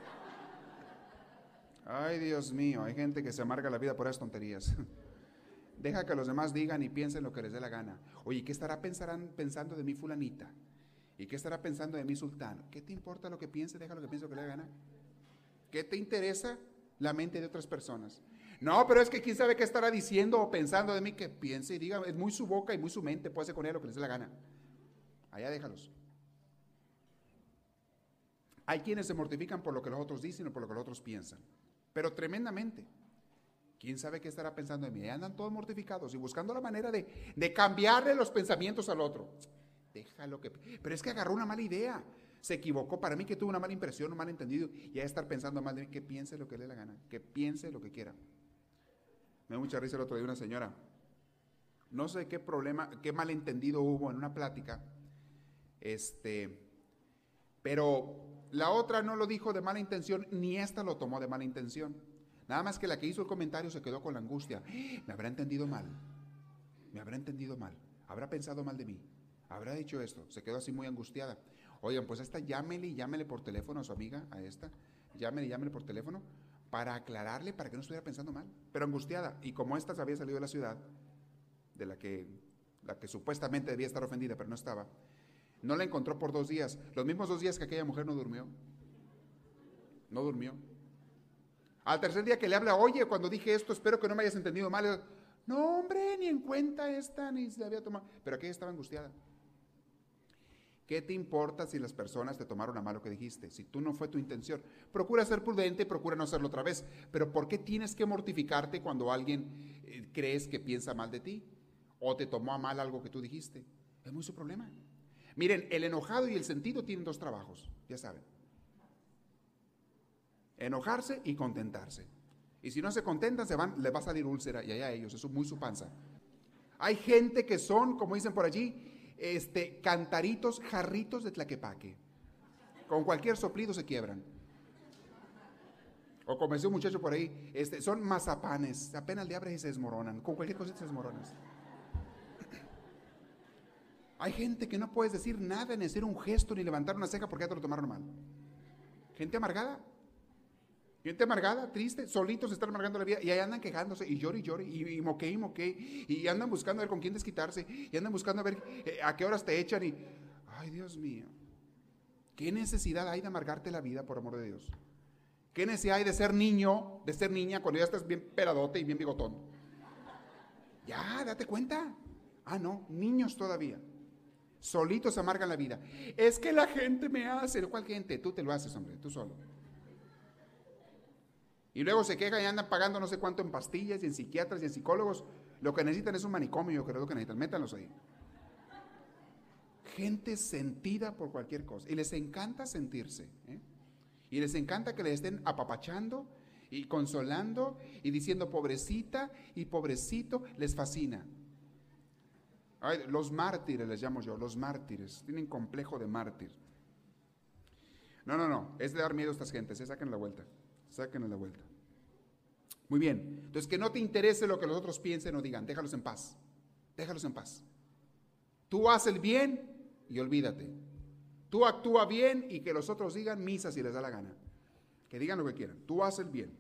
Ay, Dios mío, hay gente que se amarga la vida por esas tonterías. Deja que los demás digan y piensen lo que les dé la gana. Oye, ¿qué estará pensando de mí fulanita? ¿Y qué estará pensando de mí sultano? ¿Qué te importa lo que piense? Deja lo que piense, lo que le dé la gana. ¿Qué te interesa la mente de otras personas? No, pero es que quién sabe qué estará diciendo o pensando de mí, que piense y diga, es muy su boca y muy su mente, puede hacer con ella lo que les dé la gana. Allá déjalos. Hay quienes se mortifican por lo que los otros dicen o por lo que los otros piensan, pero tremendamente. ¿Quién sabe qué estará pensando de mí? Andan todos mortificados y buscando la manera de, de cambiarle los pensamientos al otro. Déjalo que... Pero es que agarró una mala idea. Se equivocó. Para mí que tuvo una mala impresión, un mal entendido. Y a estar pensando mal de mí, que piense lo que le dé la gana. Que piense lo que quiera. Me dio mucha risa el otro día una señora. No sé qué problema, qué malentendido hubo en una plática. Este... Pero la otra no lo dijo de mala intención, ni esta lo tomó de mala intención. Nada más que la que hizo el comentario se quedó con la angustia. Me habrá entendido mal. Me habrá entendido mal. Habrá pensado mal de mí. Habrá dicho esto. Se quedó así muy angustiada. Oigan, pues a esta llámele y llámele por teléfono a su amiga, a esta. Llámele y llámele por teléfono para aclararle, para que no estuviera pensando mal. Pero angustiada. Y como esta se había salido de la ciudad, de la que, la que supuestamente debía estar ofendida, pero no estaba, no la encontró por dos días. Los mismos dos días que aquella mujer no durmió. No durmió. Al tercer día que le habla, oye, cuando dije esto, espero que no me hayas entendido mal. No, hombre, ni en cuenta esta, ni se había tomado. Pero aquella estaba angustiada. ¿Qué te importa si las personas te tomaron a mal lo que dijiste? Si tú no fue tu intención. Procura ser prudente, procura no hacerlo otra vez. Pero ¿por qué tienes que mortificarte cuando alguien eh, crees que piensa mal de ti? O te tomó a mal algo que tú dijiste. Es muy su problema. Miren, el enojado y el sentido tienen dos trabajos, ya saben. Enojarse y contentarse. Y si no se contentan, se van, les va a salir úlcera, y allá a ellos, eso es muy su panza. Hay gente que son, como dicen por allí, este, cantaritos, jarritos de tlaquepaque. Con cualquier soplido se quiebran. O como decía un muchacho por ahí, este, son mazapanes, apenas le abres y se desmoronan, con cualquier cosita se desmoronan. Hay gente que no puedes decir nada, ni hacer un gesto, ni levantar una ceja porque ya te lo tomaron mal. Gente amargada. Gente amargada, triste, solitos se están amargando la vida y ahí andan quejándose y llore y llore y, y moque y moque y andan buscando a ver con quién desquitarse y andan buscando a ver eh, a qué horas te echan y... Ay, Dios mío. ¿Qué necesidad hay de amargarte la vida, por amor de Dios? ¿Qué necesidad hay de ser niño, de ser niña cuando ya estás bien peladote y bien bigotón? Ya, date cuenta. Ah, no, niños todavía. Solitos amargan la vida. Es que la gente me hace. ¿Cuál gente? Tú te lo haces, hombre, tú solo. Y luego se quejan y andan pagando no sé cuánto en pastillas y en psiquiatras y en psicólogos. Lo que necesitan es un manicomio, yo creo que necesitan. Métanlos ahí. Gente sentida por cualquier cosa. Y les encanta sentirse. ¿eh? Y les encanta que les estén apapachando y consolando y diciendo pobrecita y pobrecito. Les fascina. Ay, los mártires les llamo yo, los mártires. Tienen complejo de mártir. No, no, no. Es de dar miedo a estas gentes. ¿eh? Saquen la vuelta. Sáquenle la vuelta. Muy bien. Entonces, que no te interese lo que los otros piensen o digan. Déjalos en paz. Déjalos en paz. Tú haz el bien y olvídate. Tú actúa bien y que los otros digan misa si les da la gana. Que digan lo que quieran. Tú haz el bien.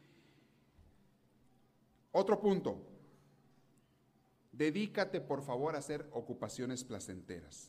Otro punto. Dedícate, por favor, a hacer ocupaciones placenteras.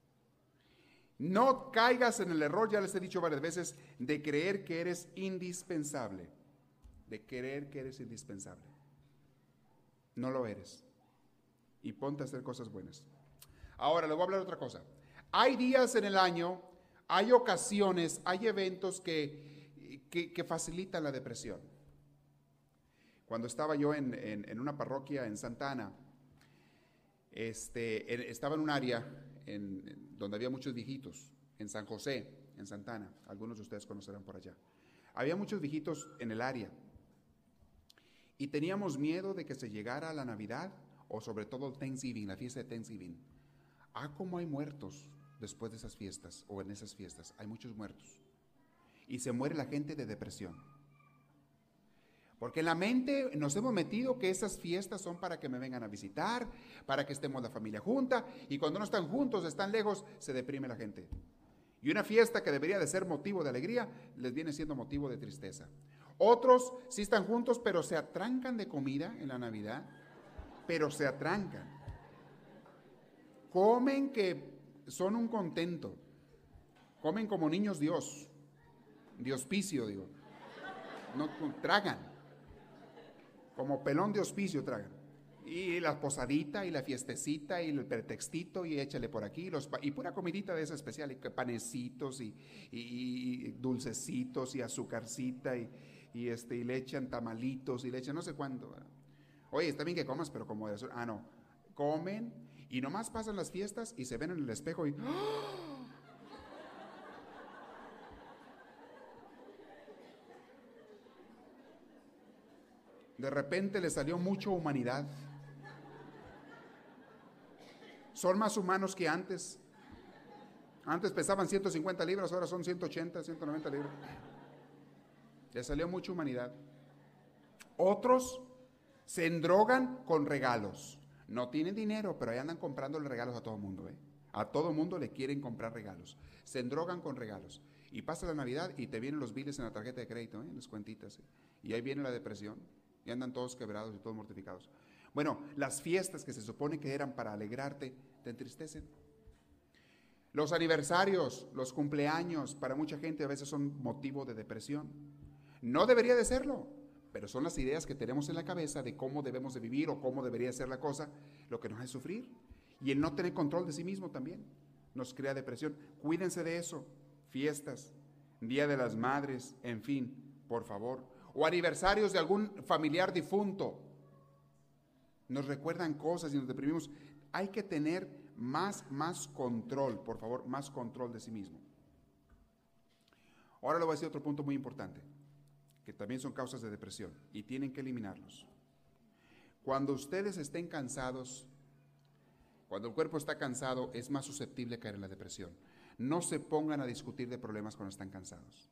No caigas en el error, ya les he dicho varias veces, de creer que eres indispensable. De creer que eres indispensable. No lo eres. Y ponte a hacer cosas buenas. Ahora, le voy a hablar de otra cosa. Hay días en el año, hay ocasiones, hay eventos que, que, que facilitan la depresión. Cuando estaba yo en, en, en una parroquia en Santa Ana, este, estaba en un área en, en donde había muchos viejitos, en San José, en Santana, algunos de ustedes conocerán por allá. Había muchos viejitos en el área y teníamos miedo de que se llegara a la Navidad o sobre todo el Thanksgiving, la fiesta de Thanksgiving. Ah, cómo hay muertos después de esas fiestas o en esas fiestas, hay muchos muertos. Y se muere la gente de depresión. Porque en la mente nos hemos metido que esas fiestas son para que me vengan a visitar, para que estemos la familia junta, y cuando no están juntos, están lejos, se deprime la gente. Y una fiesta que debería de ser motivo de alegría, les viene siendo motivo de tristeza. Otros sí están juntos, pero se atrancan de comida en la Navidad, pero se atrancan. Comen que son un contento, comen como niños Dios, de hospicio, digo, no tragan, como pelón de hospicio tragan. Y la posadita y la fiestecita y el pretextito y échale por aquí los, y pura comidita de esa especial, y panecitos y, y, y dulcecitos y azucarcita y, y, este, y le echan tamalitos y le echan no sé cuánto. Oye, está bien que comas, pero como de eso, ah no, comen y nomás pasan las fiestas y se ven en el espejo y ¡oh! De repente le salió mucha humanidad. Son más humanos que antes. Antes pesaban ciento cincuenta libras, ahora son ciento ochenta, ciento noventa libras. Le salió mucha humanidad. Otros se endrogan con regalos. No tienen dinero, pero ahí andan comprando regalos a todo el mundo. ¿eh? A todo el mundo le quieren comprar regalos. Se endrogan con regalos. Y pasa la Navidad y te vienen los biles en la tarjeta de crédito, ¿eh? en las cuentitas. ¿eh? Y ahí viene la depresión. Y andan todos quebrados y todos mortificados. Bueno, las fiestas que se supone que eran para alegrarte, te entristecen. Los aniversarios, los cumpleaños, para mucha gente a veces son motivo de depresión. No debería de serlo, pero son las ideas que tenemos en la cabeza de cómo debemos de vivir o cómo debería ser la cosa, lo que nos hace sufrir. Y el no tener control de sí mismo también nos crea depresión. Cuídense de eso. Fiestas, Día de las Madres, en fin, por favor. O aniversarios de algún familiar difunto. Nos recuerdan cosas y nos deprimimos. Hay que tener más, más control, por favor, más control de sí mismo. Ahora le voy a decir otro punto muy importante, que también son causas de depresión y tienen que eliminarlos. Cuando ustedes estén cansados, cuando el cuerpo está cansado, es más susceptible a caer en la depresión. No se pongan a discutir de problemas cuando están cansados.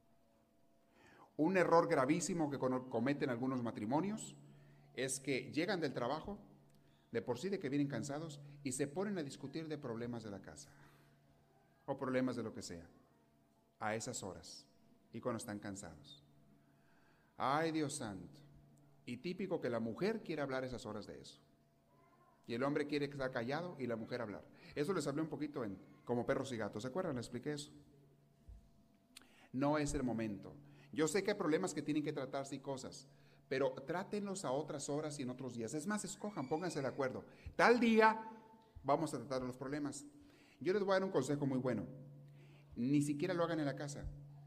Un error gravísimo que cometen algunos matrimonios es que llegan del trabajo, de por sí de que vienen cansados, y se ponen a discutir de problemas de la casa o problemas de lo que sea, a esas horas y cuando están cansados. Ay, Dios santo. Y típico que la mujer quiere hablar esas horas de eso. Y el hombre quiere estar callado y la mujer hablar. Eso les hablé un poquito en Como Perros y Gatos. ¿Se acuerdan? Les expliqué eso. No es el momento. Yo sé que hay problemas que tienen que tratarse y cosas, pero trátenlos a otras horas y en otros días. Es más, escojan, pónganse de acuerdo. Tal día vamos a tratar los problemas. Yo les voy a dar un consejo muy bueno. Ni siquiera lo hagan en la casa.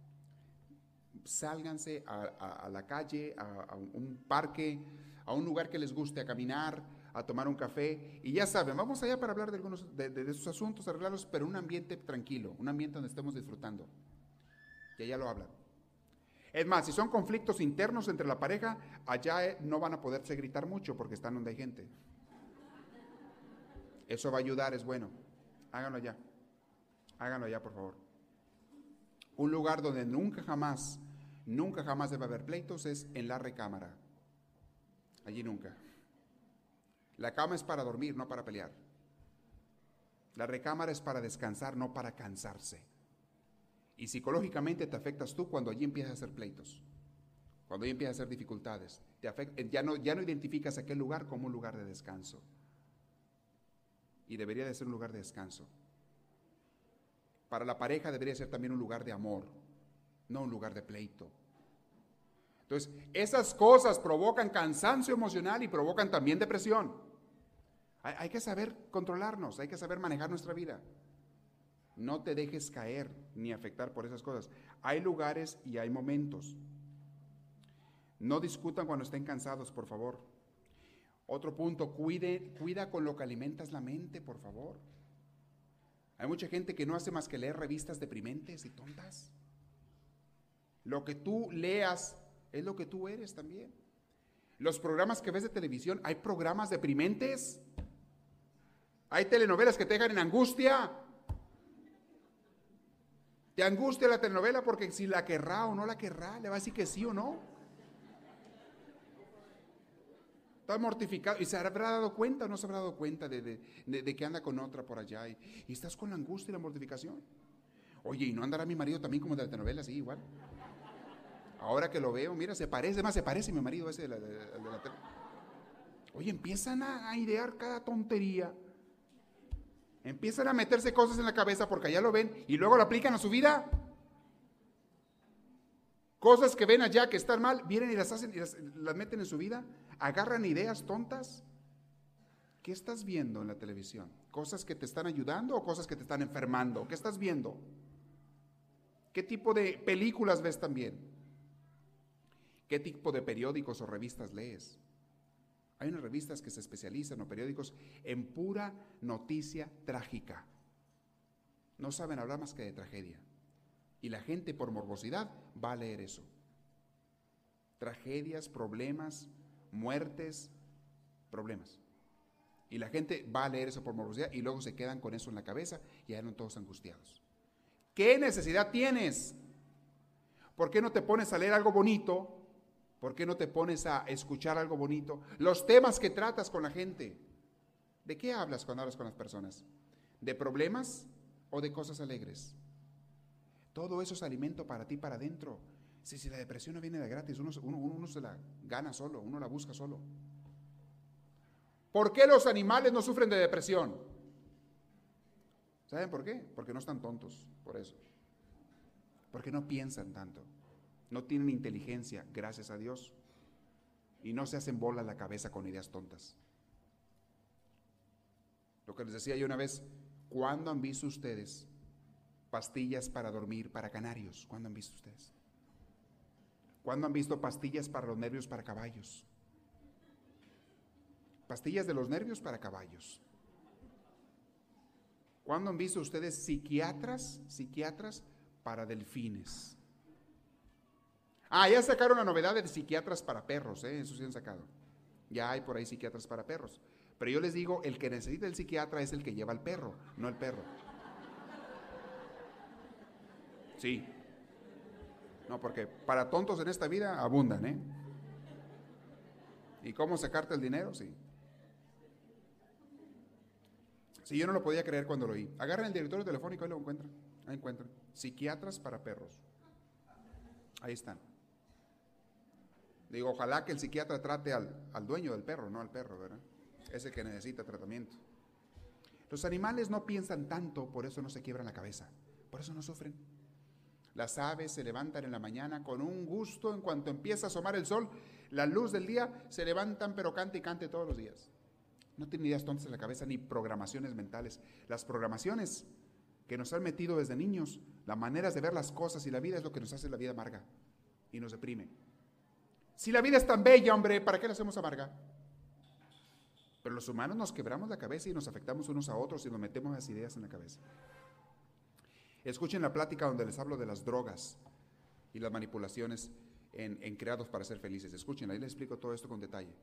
Sálganse a, a, a la calle, a, a un parque, a un lugar que les guste, a caminar, a tomar un café. Y ya saben, vamos allá para hablar de algunos de, de, de esos asuntos, arreglarlos, pero en un ambiente tranquilo, un ambiente donde estemos disfrutando. Y allá lo hablan. Es más, si son conflictos internos entre la pareja, allá no van a poderse gritar mucho porque están donde hay gente. Eso va a ayudar, es bueno. Háganlo allá. Háganlo allá, por favor. Un lugar donde nunca jamás, nunca jamás debe haber pleitos es en la recámara. Allí nunca. La cama es para dormir, no para pelear. La recámara es para descansar, no para cansarse. Y psicológicamente te afectas tú cuando allí empiezas a hacer pleitos, cuando allí empiezas a hacer dificultades. Te afecta, ya, no, ya no identificas aquel lugar como un lugar de descanso. Y debería de ser un lugar de descanso. Para la pareja debería ser también un lugar de amor, no un lugar de pleito. Entonces, esas cosas provocan cansancio emocional y provocan también depresión. Hay, hay que saber controlarnos, hay que saber manejar nuestra vida. No te dejes caer ni afectar por esas cosas. Hay lugares y hay momentos. No discutan cuando estén cansados, por favor. Otro punto, cuide, cuida con lo que alimentas la mente, por favor. Hay mucha gente que no hace más que leer revistas deprimentes y tontas. Lo que tú leas es lo que tú eres también. Los programas que ves de televisión, hay programas deprimentes. Hay telenovelas que te dejan en angustia. Te angustia la telenovela porque si la querrá o no la querrá, le va a decir que sí o no. Está mortificado. ¿Y se habrá dado cuenta o no se habrá dado cuenta de, de, de, de que anda con otra por allá? Y, y estás con la angustia y la mortificación. Oye, ¿y no andará mi marido también como de la telenovela? Sí, igual. Ahora que lo veo, mira, se parece, más se parece mi marido ese de la, de, de la tele. Oye, empiezan a, a idear cada tontería. Empiezan a meterse cosas en la cabeza porque allá lo ven y luego lo aplican a su vida. Cosas que ven allá que están mal, vienen y las hacen y las, las meten en su vida. Agarran ideas tontas. ¿Qué estás viendo en la televisión? ¿Cosas que te están ayudando o cosas que te están enfermando? ¿Qué estás viendo? ¿Qué tipo de películas ves también? ¿Qué tipo de periódicos o revistas lees? Hay unas revistas que se especializan o periódicos en pura noticia trágica. No saben hablar más que de tragedia. Y la gente por morbosidad va a leer eso. Tragedias, problemas, muertes, problemas. Y la gente va a leer eso por morbosidad y luego se quedan con eso en la cabeza y andan todos angustiados. ¿Qué necesidad tienes? ¿Por qué no te pones a leer algo bonito? ¿Por qué no te pones a escuchar algo bonito? Los temas que tratas con la gente. ¿De qué hablas cuando hablas con las personas? ¿De problemas o de cosas alegres? Todo eso es alimento para ti, para adentro. Si, si la depresión no viene de gratis, uno, uno, uno se la gana solo, uno la busca solo. ¿Por qué los animales no sufren de depresión? ¿Saben por qué? Porque no están tontos, por eso. Porque no piensan tanto. No tienen inteligencia, gracias a Dios, y no se hacen bola la cabeza con ideas tontas. Lo que les decía yo una vez, ¿cuándo han visto ustedes pastillas para dormir para canarios? ¿Cuándo han visto ustedes? ¿Cuándo han visto pastillas para los nervios para caballos? Pastillas de los nervios para caballos. ¿Cuándo han visto ustedes psiquiatras, psiquiatras para delfines? Ah, ya sacaron la novedad de psiquiatras para perros, ¿eh? Eso sí han sacado. Ya hay por ahí psiquiatras para perros. Pero yo les digo, el que necesita el psiquiatra es el que lleva al perro, no el perro. Sí. No, porque para tontos en esta vida abundan, ¿eh? ¿Y cómo sacarte el dinero? Sí. Sí, yo no lo podía creer cuando lo oí. Agarran el directorio telefónico y lo encuentran. Ahí encuentran. Psiquiatras para perros. Ahí están. Digo, ojalá que el psiquiatra trate al, al dueño del perro, no al perro, ¿verdad? Ese que necesita tratamiento. Los animales no piensan tanto, por eso no se quiebran la cabeza, por eso no sufren. Las aves se levantan en la mañana con un gusto, en cuanto empieza a asomar el sol, la luz del día, se levantan pero cante y cante todos los días. No tienen ideas tontas en la cabeza ni programaciones mentales. Las programaciones que nos han metido desde niños, las maneras de ver las cosas y la vida es lo que nos hace la vida amarga y nos deprime. Si la vida es tan bella, hombre, ¿para qué la hacemos amarga? Pero los humanos nos quebramos la cabeza y nos afectamos unos a otros y nos metemos las ideas en la cabeza. Escuchen la plática donde les hablo de las drogas y las manipulaciones en, en creados para ser felices. Escuchen, ahí les explico todo esto con detalle.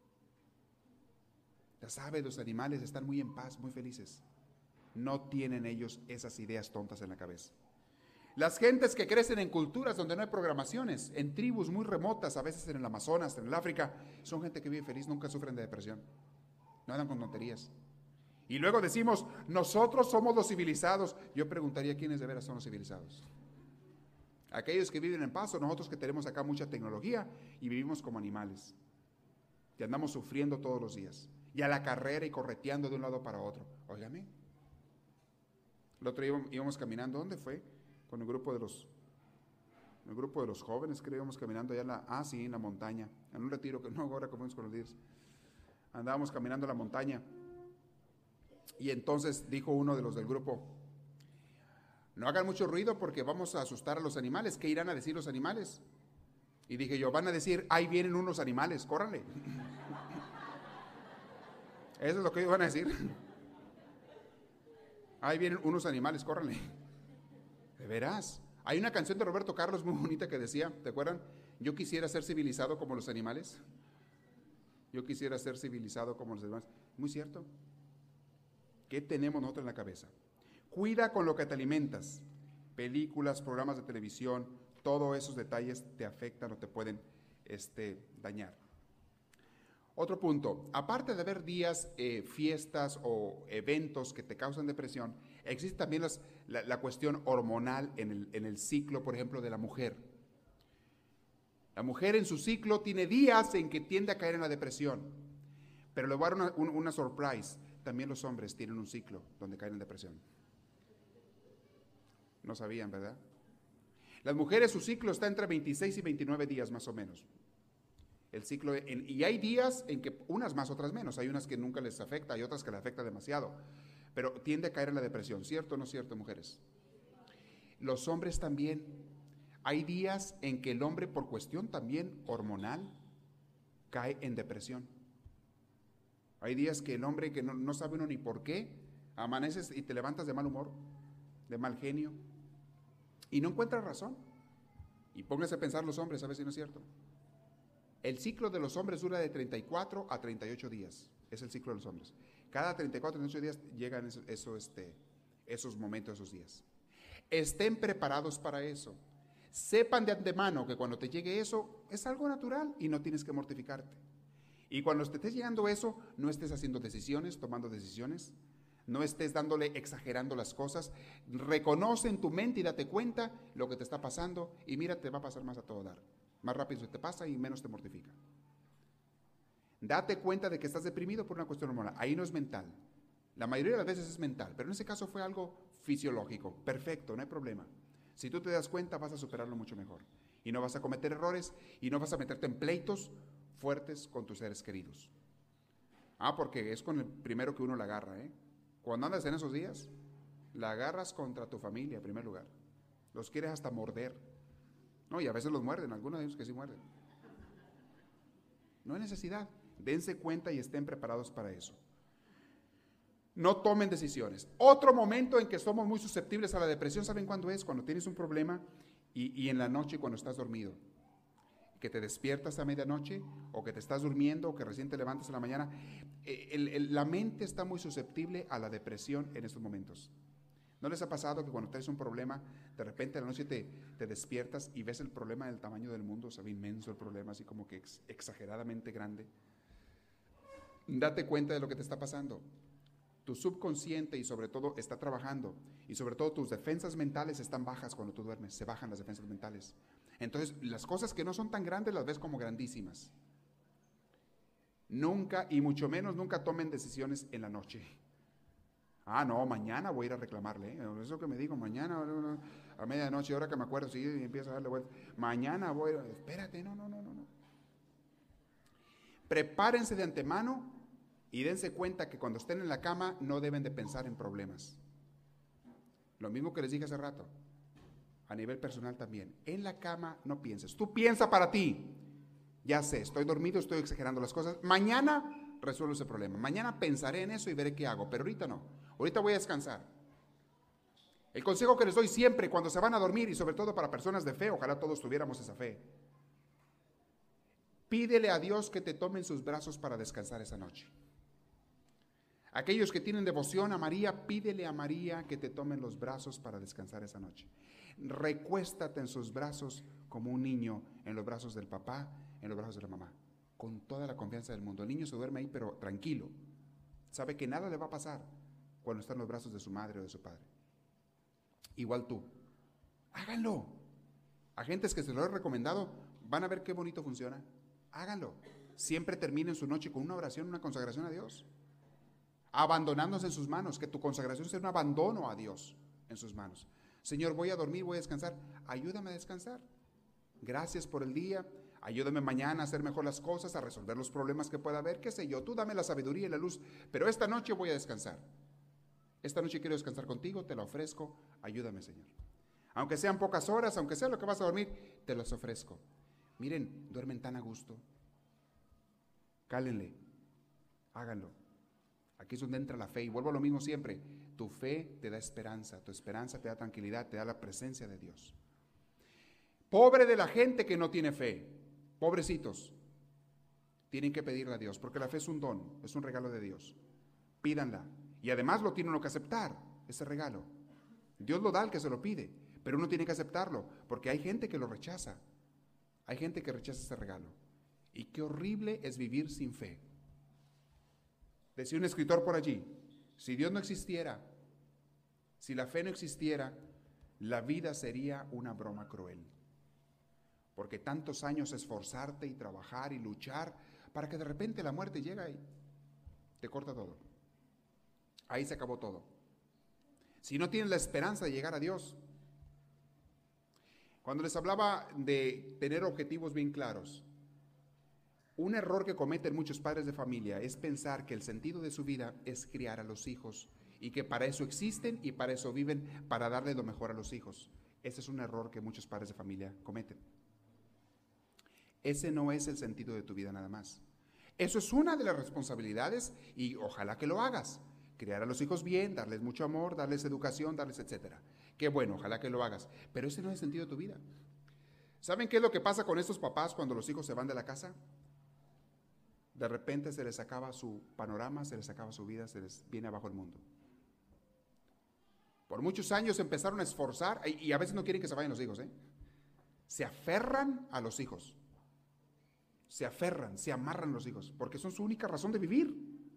Las aves, los animales están muy en paz, muy felices. No tienen ellos esas ideas tontas en la cabeza. Las gentes que crecen en culturas donde no hay programaciones, en tribus muy remotas, a veces en el Amazonas, en el África, son gente que vive feliz, nunca sufren de depresión. No andan con tonterías. Y luego decimos, nosotros somos los civilizados. Yo preguntaría, ¿quiénes de veras son los civilizados? Aquellos que viven en paz o nosotros que tenemos acá mucha tecnología y vivimos como animales. Y andamos sufriendo todos los días. Y a la carrera y correteando de un lado para otro. Óigame. El otro día íbamos caminando, ¿dónde fue? Con el grupo de los, el grupo de los jóvenes, creo, íbamos caminando allá en la, ah, sí, en la montaña, en un retiro, que no, ahora comemos con los líderes. Andábamos caminando a la montaña, y entonces dijo uno de los del grupo, no hagan mucho ruido porque vamos a asustar a los animales. ¿Qué irán a decir los animales? Y dije yo, van a decir, ahí vienen unos animales, córranle. Eso es lo que ellos van a decir. Ahí vienen unos animales, córranle. De veras. Hay una canción de Roberto Carlos muy bonita que decía, ¿te acuerdan? Yo quisiera ser civilizado como los animales. Yo quisiera ser civilizado como los animales. Muy cierto. ¿Qué tenemos nosotros en la cabeza? Cuida con lo que te alimentas. Películas, programas de televisión, todos esos detalles te afectan o te pueden este, dañar. Otro punto, aparte de haber días, eh, fiestas o eventos que te causan depresión, existe también las, la, la cuestión hormonal en el, en el ciclo, por ejemplo, de la mujer. La mujer en su ciclo tiene días en que tiende a caer en la depresión, pero le voy a dar una, una, una surprise, también los hombres tienen un ciclo donde caen en depresión. No sabían, ¿verdad? Las mujeres, su ciclo está entre veintiséis y veintinueve días más o menos. El ciclo, en, y hay días en que unas más, otras menos. Hay unas que nunca les afecta, hay otras que les afecta demasiado. Pero tiende a caer en la depresión, ¿cierto o no cierto, mujeres? Los hombres también. Hay días en que el hombre, por cuestión también hormonal, cae en depresión. Hay días que el hombre, que no, no sabe uno ni por qué, amaneces y te levantas de mal humor, de mal genio, y no encuentras razón. Y póngase a pensar los hombres, a ver si no es cierto. El ciclo de los hombres dura de treinta y cuatro a treinta y ocho días. Es el ciclo de los hombres. Cada treinta y cuatro a treinta y ocho días llegan eso, eso, este, esos momentos, esos días. Estén preparados para eso. Sepan de antemano que cuando te llegue eso, es algo natural y no tienes que mortificarte. Y cuando te estés llegando eso, no estés haciendo decisiones, tomando decisiones, no estés dándole, exagerando las cosas. Reconoce en tu mente y date cuenta lo que te está pasando y mira, te va a pasar más a todo dar. Más rápido se te pasa y menos te mortifica. Date cuenta de que estás deprimido por una cuestión hormonal. Ahí no es mental. La mayoría de las veces es mental, pero en ese caso fue algo fisiológico. Perfecto, no hay problema. Si tú te das cuenta, vas a superarlo mucho mejor. Y no vas a cometer errores y no vas a meterte en pleitos fuertes con tus seres queridos. Ah, porque es con el primero que uno la agarra, ¿eh? Cuando andas en esos días, la agarras contra tu familia en primer lugar. Los quieres hasta morder. No, y a veces los muerden, algunos de ellos que sí muerden. No hay necesidad. Dense cuenta y estén preparados para eso. No tomen decisiones. Otro momento en que somos muy susceptibles a la depresión, ¿saben cuándo es? Cuando tienes un problema y, y en la noche cuando estás dormido. Que te despiertas a medianoche o que te estás durmiendo o que recién te levantas en la mañana. El, el, la mente está muy susceptible a la depresión en estos momentos. ¿No les ha pasado que cuando tienes un problema, de repente en la noche te, te despiertas y ves el problema del tamaño del mundo? Se ve inmenso el problema, así como que ex, exageradamente grande. Date cuenta de lo que te está pasando. Tu subconsciente y sobre todo está trabajando y sobre todo tus defensas mentales están bajas cuando tú duermes, se bajan las defensas mentales. Entonces las cosas que no son tan grandes las ves como grandísimas. Nunca y mucho menos nunca tomen decisiones en la noche. Ah, no, mañana voy a ir a reclamarle, ¿eh? Eso que me digo, mañana a medianoche, ahora que me acuerdo, sí, empiezo a darle vuelta. Mañana voy a... Espérate, no, no, no, no, no. Prepárense de antemano y dense cuenta que cuando estén en la cama no deben de pensar en problemas. Lo mismo que les dije hace rato, a nivel personal también. En la cama no pienses, tú piensa para ti. Ya sé, estoy dormido, estoy exagerando las cosas. Mañana resuelvo ese problema. Mañana pensaré en eso y veré qué hago, pero ahorita no. Ahorita voy a descansar. El consejo que les doy siempre cuando se van a dormir y sobre todo para personas de fe, ojalá todos tuviéramos esa fe. Pídele a Dios que te tome en sus brazos para descansar esa noche. Aquellos que tienen devoción a María, pídele a María que te tome en los brazos para descansar esa noche. Recuéstate en sus brazos como un niño en los brazos del papá, en los brazos de la mamá, con toda la confianza del mundo. El niño se duerme ahí, pero tranquilo. Sabe que nada le va a pasar cuando está en los brazos de su madre o de su padre. Igual tú. Háganlo. Agentes que se lo he recomendado, van a ver qué bonito funciona. Háganlo. Siempre terminen su noche con una oración, una consagración a Dios. Abandonándose en sus manos, que tu consagración sea un abandono a Dios en sus manos. Señor, voy a dormir, voy a descansar. Ayúdame a descansar. Gracias por el día. Ayúdame mañana a hacer mejor las cosas, a resolver los problemas que pueda haber, qué sé yo. Tú dame la sabiduría y la luz, pero esta noche voy a descansar. Esta noche quiero descansar contigo, te la ofrezco. Ayúdame, Señor. Aunque sean pocas horas, aunque sea lo que vas a dormir, te las ofrezco. Miren, duermen tan a gusto. Cálenle. Háganlo. Aquí es donde entra la fe y vuelvo a lo mismo siempre. Tu fe te da esperanza, tu esperanza te da tranquilidad, te da la presencia de Dios. Pobre de la gente que no tiene fe, pobrecitos, tienen que pedirle a Dios, porque la fe es un don, es un regalo de Dios. Pídanla, y además lo tiene uno que aceptar, ese regalo. Dios lo da al que se lo pide, pero uno tiene que aceptarlo, porque hay gente que lo rechaza, hay gente que rechaza ese regalo. Y qué horrible es vivir sin fe. Decía un escritor por allí, si Dios no existiera, si la fe no existiera, la vida sería una broma cruel. Porque tantos años esforzarte y trabajar y luchar para que de repente la muerte llega y te corta todo. Ahí se acabó todo. Si no tienes la esperanza de llegar a Dios. Cuando les hablaba de tener objetivos bien claros, un error que cometen muchos padres de familia es pensar que el sentido de su vida es criar a los hijos y que para eso existen y para eso viven, para darle lo mejor a los hijos. Ese es un error que muchos padres de familia cometen. Ese no es el sentido de tu vida nada más. Eso es una de las responsabilidades y ojalá que lo hagas. Criar a los hijos bien, darles mucho amor, darles educación, darles etcétera. Qué bueno, ojalá que lo hagas. Pero ese no es el sentido de tu vida. ¿Saben qué es lo que pasa con estos papás cuando los hijos se van de la casa? De repente se les acaba su panorama, se les acaba su vida, se les viene abajo el mundo. Por muchos años empezaron a esforzar, y a veces no quieren que se vayan los hijos, ¿eh? Se aferran a los hijos. Se aferran, se amarran los hijos, porque son su única razón de vivir.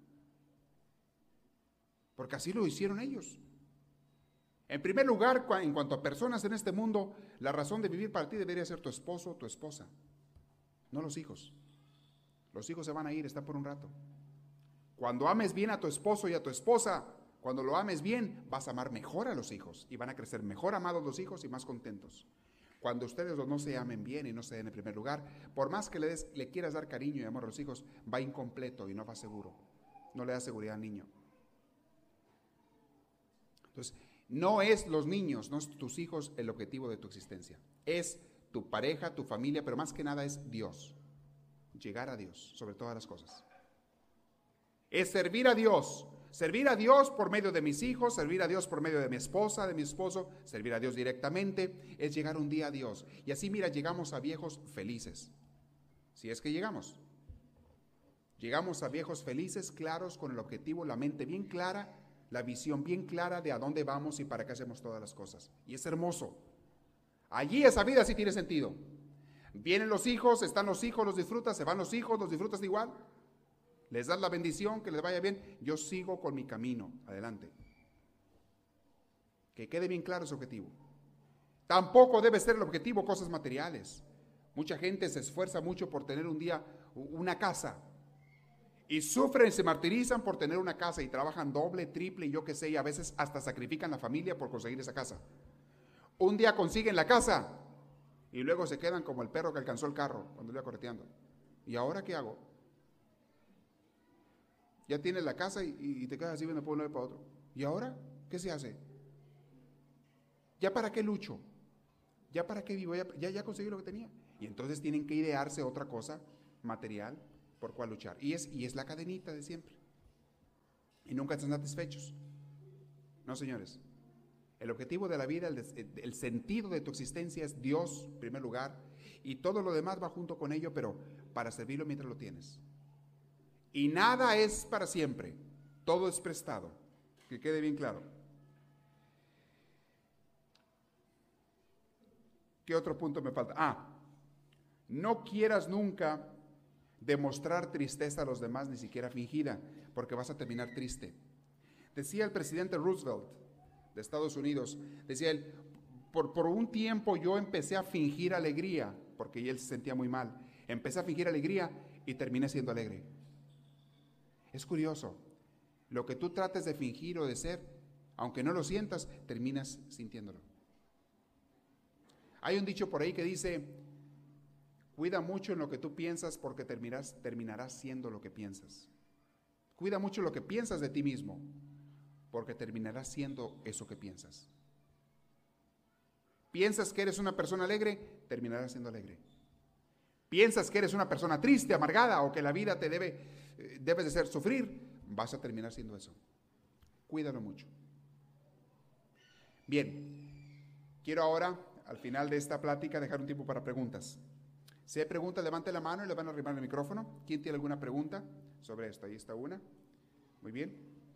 Porque así lo hicieron ellos. En primer lugar, en cuanto a personas en este mundo, la razón de vivir para ti debería ser tu esposo o tu esposa, no los hijos. Los hijos se van a ir, está por un rato. Cuando ames bien a tu esposo y a tu esposa, cuando lo ames bien, vas a amar mejor a los hijos y van a crecer mejor amados los hijos y más contentos. Cuando ustedes dos no se amen bien y no se den en primer lugar, por más que le, des, le quieras dar cariño y amor a los hijos, va incompleto y no va seguro. No le da seguridad al niño. Entonces, no es los niños, no es tus hijos el objetivo de tu existencia. Es tu pareja, tu familia, pero más que nada es Dios. Llegar a Dios sobre todas las cosas. Es servir a Dios. Servir a Dios por medio de mis hijos, servir a Dios por medio de mi esposa, de mi esposo, servir a Dios directamente, es llegar un día a Dios. Y así, mira, llegamos a viejos felices. Si es que llegamos. Llegamos a viejos felices, claros, con el objetivo, la mente bien clara, la visión bien clara de a dónde vamos y para qué hacemos todas las cosas. Y es hermoso. Allí esa vida sí tiene sentido. Vienen los hijos, están los hijos, los disfrutas, se van los hijos, los disfrutas igual. Les das la bendición, que les vaya bien. Yo sigo con mi camino, adelante. Que quede bien claro ese objetivo. Tampoco debe ser el objetivo cosas materiales. Mucha gente se esfuerza mucho por tener un día una casa. Y sufren y se martirizan por tener una casa y trabajan doble, triple y yo qué sé, y a veces hasta sacrifican la familia por conseguir esa casa. Un día consiguen la casa y luego se quedan como el perro que alcanzó el carro cuando iba correteando. ¿Y ahora qué hago? Ya tienes la casa y, y te quedas así viendo por un lado y para otro. ¿Y ahora qué se hace? ¿Ya para qué lucho? ¿Ya para qué vivo? Ya, ya, ya conseguí lo que tenía. Y entonces tienen que idearse otra cosa material por cuál luchar. Y es, y es la cadenita de siempre. Y nunca están satisfechos. No, señores. El objetivo de la vida, el, el, el sentido de tu existencia es Dios, en primer lugar, y todo lo demás va junto con ello, pero para servirlo mientras lo tienes. Y nada es para siempre, todo es prestado, que quede bien claro. ¿Qué otro punto me falta? Ah, no quieras nunca demostrar tristeza a los demás, ni siquiera fingida, porque vas a terminar triste. Decía el presidente Roosevelt de Estados Unidos, decía él, por, por un tiempo yo empecé a fingir alegría, porque él se sentía muy mal, empecé a fingir alegría y terminé siendo alegre. Es curioso, lo que tú trates de fingir o de ser, aunque no lo sientas, terminas sintiéndolo. Hay un dicho por ahí que dice, cuida mucho en lo que tú piensas porque terminarás, terminarás siendo lo que piensas. Cuida mucho lo que piensas de ti mismo porque terminarás siendo eso que piensas. Piensas que eres una persona alegre, terminarás siendo alegre. Piensas que eres una persona triste, amargada o que la vida te debe, eh, debes de hacer sufrir, vas a terminar siendo eso. Cuídalo mucho. Bien, quiero ahora, al final de esta plática, dejar un tiempo para preguntas. Si hay preguntas, levante la mano y le van a arrimar el micrófono. ¿Quién tiene alguna pregunta sobre esto? Ahí está una. Muy bien.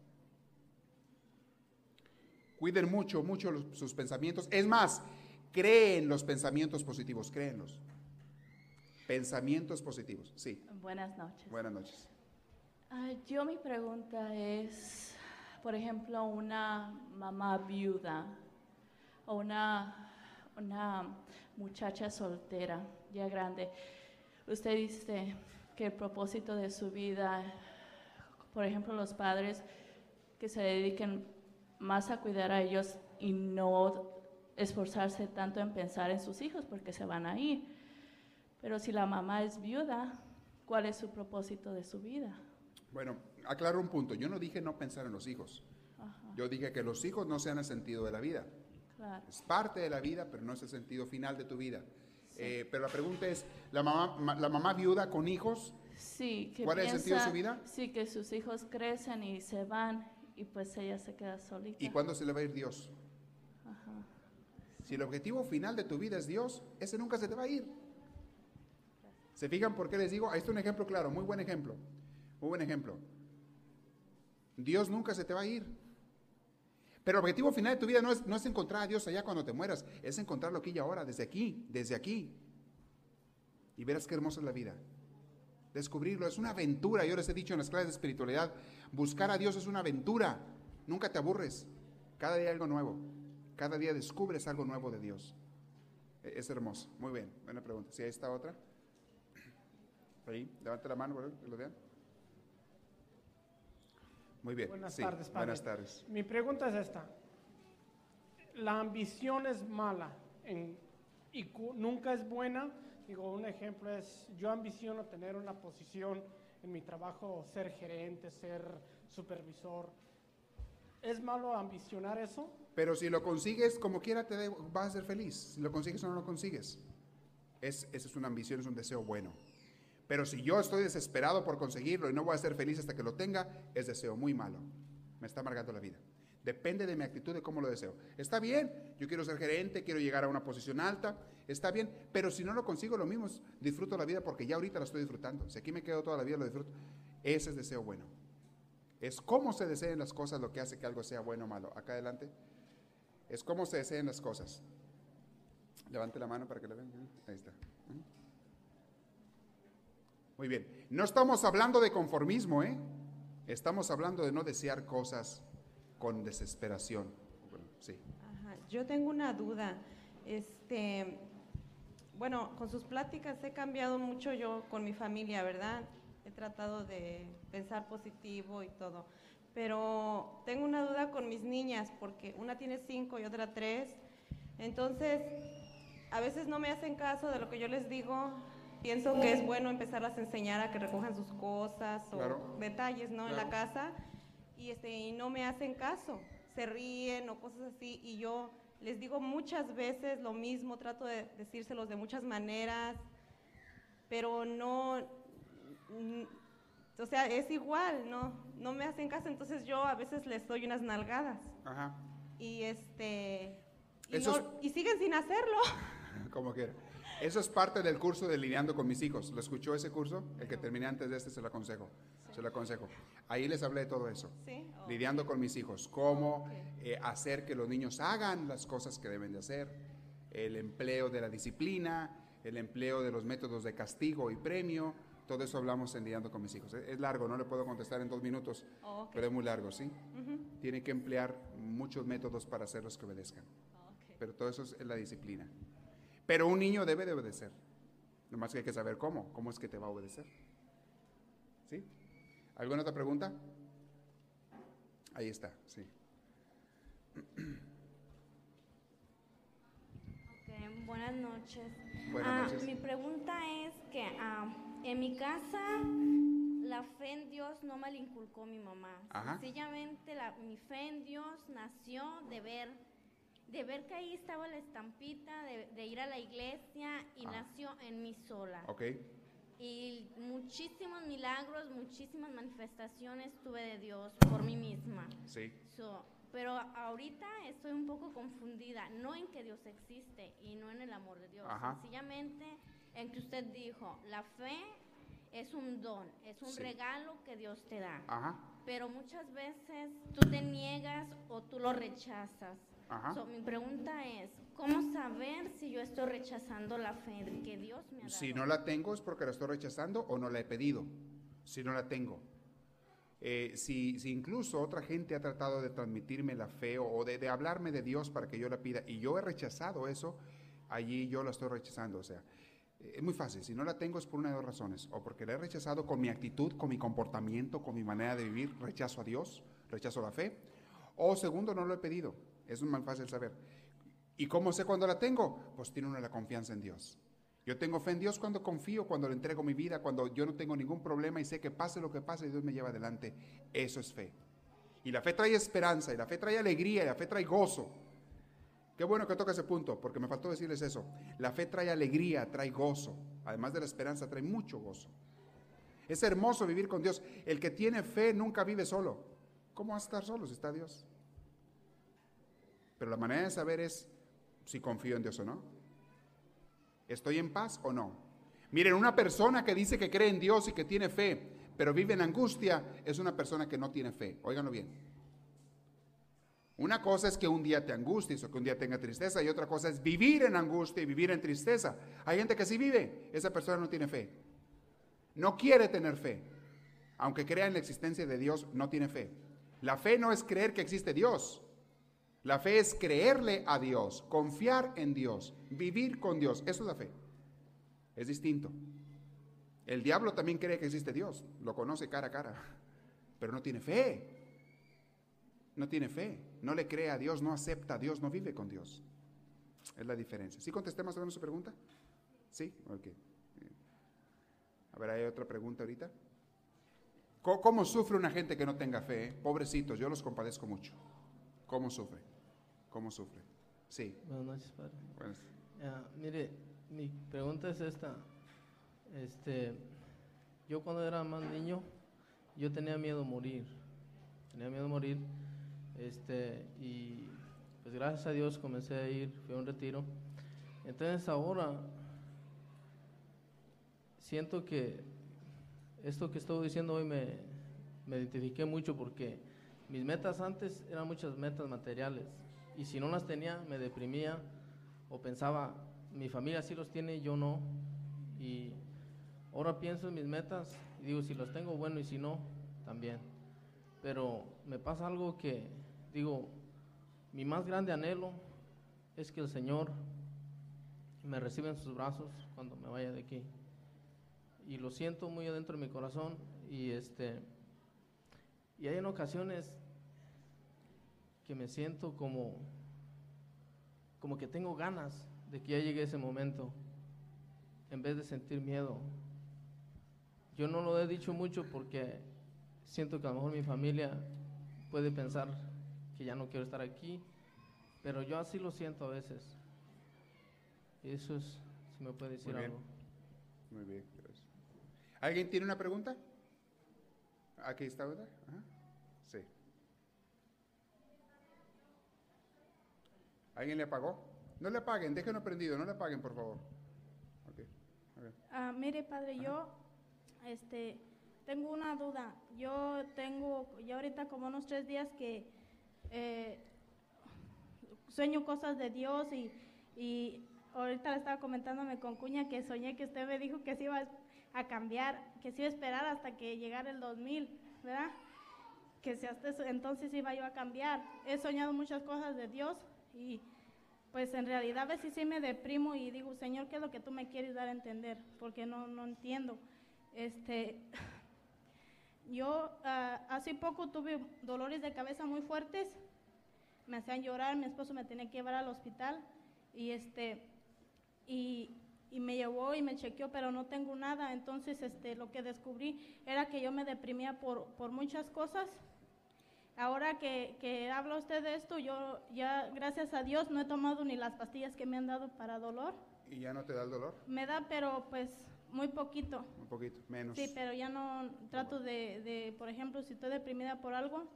Cuiden mucho, mucho los, sus pensamientos. Es más, creen los pensamientos positivos, créenlos. Pensamientos positivos, sí. Buenas noches. Buenas noches. Uh, yo mi pregunta es, por ejemplo, una mamá viuda o una, una muchacha soltera, ya grande. Usted dice que el propósito de su vida, por ejemplo, los padres que se dediquen más a cuidar a ellos y no esforzarse tanto en pensar en sus hijos porque se van a ir. Pero si la mamá es viuda, ¿cuál es su propósito de su vida? Bueno, aclaro un punto. Yo no dije no pensar en los hijos. Ajá. Yo dije que los hijos no sean el sentido de la vida. Claro. Es parte de la vida, pero no es el sentido final de tu vida. Sí. Eh, pero la pregunta es, ¿la mamá, la mamá viuda con hijos? Sí. Que ¿Cuál piensa, es el sentido de su vida? Sí, que sus hijos crecen y se van y pues ella se queda solita. ¿Y cuándo se le va a ir Dios? Ajá. Si el objetivo final de tu vida es Dios, ese nunca se te va a ir. ¿Se fijan por qué les digo? Ahí está un ejemplo claro, muy buen ejemplo. Muy buen ejemplo. Dios nunca se te va a ir. Pero el objetivo final de tu vida no es, no es encontrar a Dios allá cuando te mueras, es encontrarlo aquí y ahora, desde aquí, desde aquí. Y verás qué hermosa es la vida. Descubrirlo, es una aventura. Yo les he dicho en las clases de espiritualidad, buscar a Dios es una aventura. Nunca te aburres. Cada día algo nuevo. Cada día descubres algo nuevo de Dios. Es hermoso. Muy bien, buena pregunta. ¿Sí, ahí está otra? Ahí, levante la mano, ¿verdad? ¿Lo vean? Muy bien. Buenas sí, tardes, padre. Buenas tardes. Mi pregunta es esta. La ambición es mala en, y cu, nunca es buena. Digo, un ejemplo es, yo ambiciono tener una posición en mi trabajo, ser gerente, ser supervisor. ¿Es malo ambicionar eso? Pero si lo consigues, como quiera, te de, vas a ser feliz. Si lo consigues o no lo consigues. Es, esa es una ambición, es un deseo bueno. Pero si yo estoy desesperado por conseguirlo y no voy a ser feliz hasta que lo tenga, es deseo muy malo. Me está amargando la vida. Depende de mi actitud de cómo lo deseo. Está bien, yo quiero ser gerente, quiero llegar a una posición alta, está bien, pero si no lo consigo, lo mismo, disfruto la vida porque ya ahorita la estoy disfrutando. Si aquí me quedo toda la vida, lo disfruto. Ese es deseo bueno. Es cómo se deseen las cosas lo que hace que algo sea bueno o malo. Acá adelante. Es cómo se deseen las cosas. Levante la mano para que la vean. Ahí está. Muy bien. No estamos hablando de conformismo, ¿eh? Estamos hablando de no desear cosas con desesperación. Bueno, sí. Ajá. Yo tengo una duda. Este, bueno, con sus pláticas he cambiado mucho yo con mi familia, ¿verdad? He tratado de pensar positivo y todo. Pero tengo una duda con mis niñas, porque una tiene cinco y otra tres. Entonces, a veces no me hacen caso de lo que yo les digo. Pienso que es bueno empezarlas a enseñar a que recojan sus cosas o claro. detalles, ¿no? Claro. En la casa. Y, este, y no me hacen caso. Se ríen o cosas así. Y yo les digo muchas veces lo mismo. Trato de decírselos de muchas maneras. Pero no... O sea, es igual, ¿no? No me hacen caso, entonces yo a veces les doy unas nalgadas. Ajá. Y este... Y, Eso no, es... y siguen sin hacerlo. Como quiera. Eso es parte del curso de Lidiando con mis hijos. ¿Lo escuchó ese curso? El que terminé antes de este se lo aconsejo. Sí. Se lo aconsejo. Ahí les hablé de todo eso. ¿Sí? Oh. Lidiando con mis hijos. Cómo okay. eh, hacer que los niños hagan las cosas que deben de hacer. El empleo de la disciplina, el empleo de los métodos de castigo y premio. Todo eso hablamos en Lidiando con mis hijos. Es largo, no le puedo contestar en dos minutos, oh, okay. pero es muy largo, ¿sí? Uh-huh. Tiene que emplear muchos métodos para hacerlos que obedezcan. Oh, okay. Pero todo eso es la disciplina. Pero un niño debe de obedecer. Nomás que hay que saber cómo. ¿Cómo es que te va a obedecer? ¿Sí? ¿Alguna otra pregunta? Ahí está, sí. Okay, buenas noches. Buenas noches. Uh, mi pregunta es que uh, en mi casa la fe en Dios no me la inculcó mi mamá. Ajá. Sencillamente la, mi fe en Dios nació de ver, de ver que ahí estaba la estampita, de, de ir a la iglesia y ah. nació en mí sola. Okay. Y muchísimos milagros, muchísimas manifestaciones tuve de Dios por mí misma. Sí. So, pero ahorita estoy un poco confundida, no en que Dios existe y no en el amor de Dios, Ajá. sencillamente en que usted dijo, la fe es un don, es un Sí. regalo que Dios te da, Ajá, pero muchas veces tú te niegas o tú lo rechazas. ajá. So, mi pregunta es, ¿cómo saber si yo estoy rechazando la fe que Dios me ha dado? Si no la tengo es porque la estoy rechazando o no la he pedido. Si no la tengo. Eh, si, si incluso otra gente ha tratado de transmitirme la fe o, o de, de hablarme de Dios para que yo la pida y yo he rechazado eso, allí yo la estoy rechazando. O sea, eh, es muy fácil. Si no la tengo es por una de dos razones. O porque la he rechazado con mi actitud, con mi comportamiento, con mi manera de vivir. Rechazo a Dios, rechazo la fe. O segundo, no lo he pedido. Es muy fácil saber. ¿Y cómo sé cuándo la tengo? Pues tiene uno la confianza en Dios. Yo tengo fe en Dios cuando confío, cuando le entrego mi vida, cuando yo no tengo ningún problema y sé que pase lo que pase, Dios me lleva adelante. Eso es fe. Y la fe trae esperanza, y la fe trae alegría, y la fe trae gozo. Qué bueno que toca ese punto, porque me faltó decirles eso. La fe trae alegría, trae gozo. Además de la esperanza, trae mucho gozo. Es hermoso vivir con Dios. El que tiene fe nunca vive solo. ¿Cómo va a estar solo si está Dios? Pero la manera de saber es si confío en Dios o no. ¿Estoy en paz o no? Miren, una persona que dice que cree en Dios y que tiene fe, pero vive en angustia, es una persona que no tiene fe. Óiganlo bien. Una cosa es que un día te angusties o que un día tenga tristeza, y otra cosa es vivir en angustia y vivir en tristeza. Hay gente que sí vive, esa persona no tiene fe. No quiere tener fe. Aunque crea en la existencia de Dios, no tiene fe. La fe no es creer que existe Dios. La fe es creerle a Dios, confiar en Dios, vivir con Dios. Eso es la fe. Es distinto. El diablo también cree que existe Dios, lo conoce cara a cara, pero no tiene fe. No tiene fe, no le cree a Dios, no acepta a Dios, no vive con Dios. Es la diferencia. ¿Sí contesté más o menos su pregunta? ¿Sí? Ok. A ver, ¿hay otra pregunta ahorita? ¿Cómo, cómo sufre una gente que no tenga fe? eh? Pobrecitos, yo los compadezco mucho. ¿Cómo sufre? ¿Cómo sufre? Sí. Buenas noches, padre. Buenas. Ah, mire, mi pregunta es esta. Este, yo cuando era más niño, yo tenía miedo a morir. Tenía miedo a morir. Este, y pues gracias a Dios comencé a ir, fui a un retiro. Entonces ahora siento que esto que estoy diciendo hoy me, me identifiqué mucho porque mis metas antes eran muchas metas materiales. Y si no las tenía, me deprimía o pensaba, mi familia sí los tiene, yo no. Y ahora pienso en mis metas y digo, si los tengo, bueno, y si no, también. Pero me pasa algo que, digo, mi más grande anhelo es que el Señor me reciba en sus brazos cuando me vaya de aquí. Y lo siento muy adentro de mi corazón y este y hay en ocasiones que me siento como, como que tengo ganas de que ya llegue ese momento, en vez de sentir miedo. Yo no lo he dicho mucho porque siento que a lo mejor mi familia puede pensar que ya no quiero estar aquí, pero yo así lo siento a veces. Y eso es, si me puede decir Muy bien. algo. Muy bien, gracias. ¿Alguien tiene una pregunta? Aquí está, ¿verdad? Ajá. Sí. ¿Alguien le apagó? No le apaguen, déjenlo prendido, no le apaguen, por favor. Okay. Okay. Ah, mire, padre, yo este, tengo una duda. Yo tengo ya ahorita como unos tres días que eh, sueño cosas de Dios y, y ahorita le estaba comentándome con Cuña que soñé que usted me dijo que se iba a cambiar, que se iba a esperar hasta que llegara el dos mil, ¿verdad? Que si hasta eso, entonces iba yo a cambiar. He soñado muchas cosas de Dios y pues en realidad a veces sí me deprimo y digo, Señor, ¿qué es lo que tú me quieres dar a entender? Porque no, no entiendo. Este, yo uh, hace poco tuve dolores de cabeza muy fuertes, me hacían llorar, mi esposo me tenía que llevar al hospital y este y, y me llevó y me chequeó, pero no tengo nada. Entonces este lo que descubrí era que yo me deprimía por, por muchas cosas. Ahora que, que habla usted de esto, yo ya, gracias a Dios, no he tomado ni las pastillas que me han dado para dolor. ¿Y ya no te da el dolor? Me da, pero pues muy poquito. Un poquito, menos. Sí, pero ya no trato de, de, por ejemplo, si estoy deprimida por algo,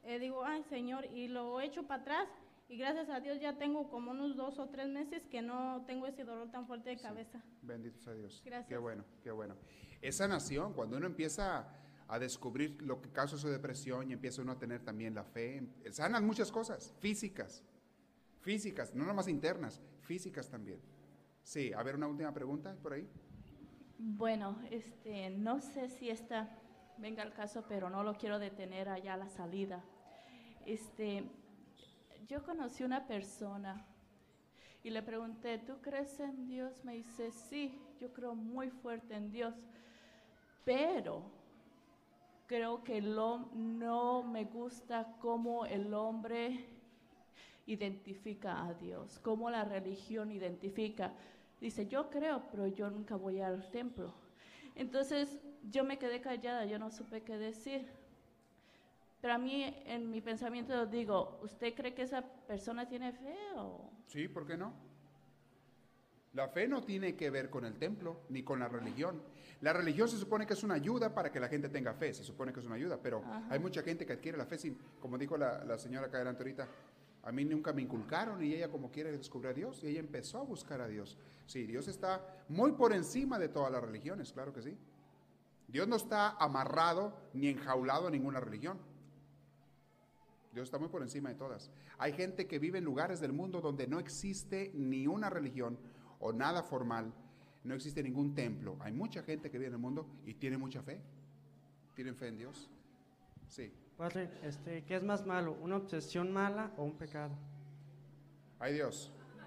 eh, digo, ay Señor, y lo echo para atrás y gracias a Dios ya tengo como unos dos o tres meses que no tengo ese dolor tan fuerte de cabeza. Sí, bendito sea Dios. Gracias. Qué bueno, qué bueno. Esa sanación, cuando uno empieza a descubrir lo que causa su depresión y empieza uno a tener también la fe, sanan muchas cosas, físicas, físicas, no nomás internas, físicas también. Sí, a ver, una última pregunta por ahí. Bueno, este, no sé si esta venga al caso, pero no lo quiero detener allá a la salida. Este, yo conocí una persona y le pregunté, ¿tú crees en Dios? Me dice, sí, yo creo muy fuerte en Dios, pero creo que lo, no me gusta cómo el hombre identifica a Dios, cómo la religión identifica. Dice, yo creo, pero yo nunca voy al templo. Entonces yo me quedé callada, yo no supe qué decir. Pero a mí, en mi pensamiento, digo, ¿usted cree que esa persona tiene fe o...? Sí, ¿por qué no? La fe no tiene que ver con el templo, ni con la religión. La religión se supone que es una ayuda para que la gente tenga fe, se supone que es una ayuda, pero Ajá. hay mucha gente que adquiere la fe sin, como dijo la, la señora acá adelante ahorita, a mí nunca me inculcaron y ella como quiere descubrir a Dios y ella empezó a buscar a Dios. Sí, Dios está muy por encima de todas las religiones, claro que sí. Dios no está amarrado ni enjaulado a ninguna religión. Dios está muy por encima de todas. Hay gente que vive en lugares del mundo donde no existe ni una religión o nada formal, no existe ningún templo. Hay mucha gente que vive en el mundo y tiene mucha fe. ¿Tienen fe en Dios? Sí. Padre, este, ¿qué es más malo, una obsesión mala o un pecado? Ay Dios.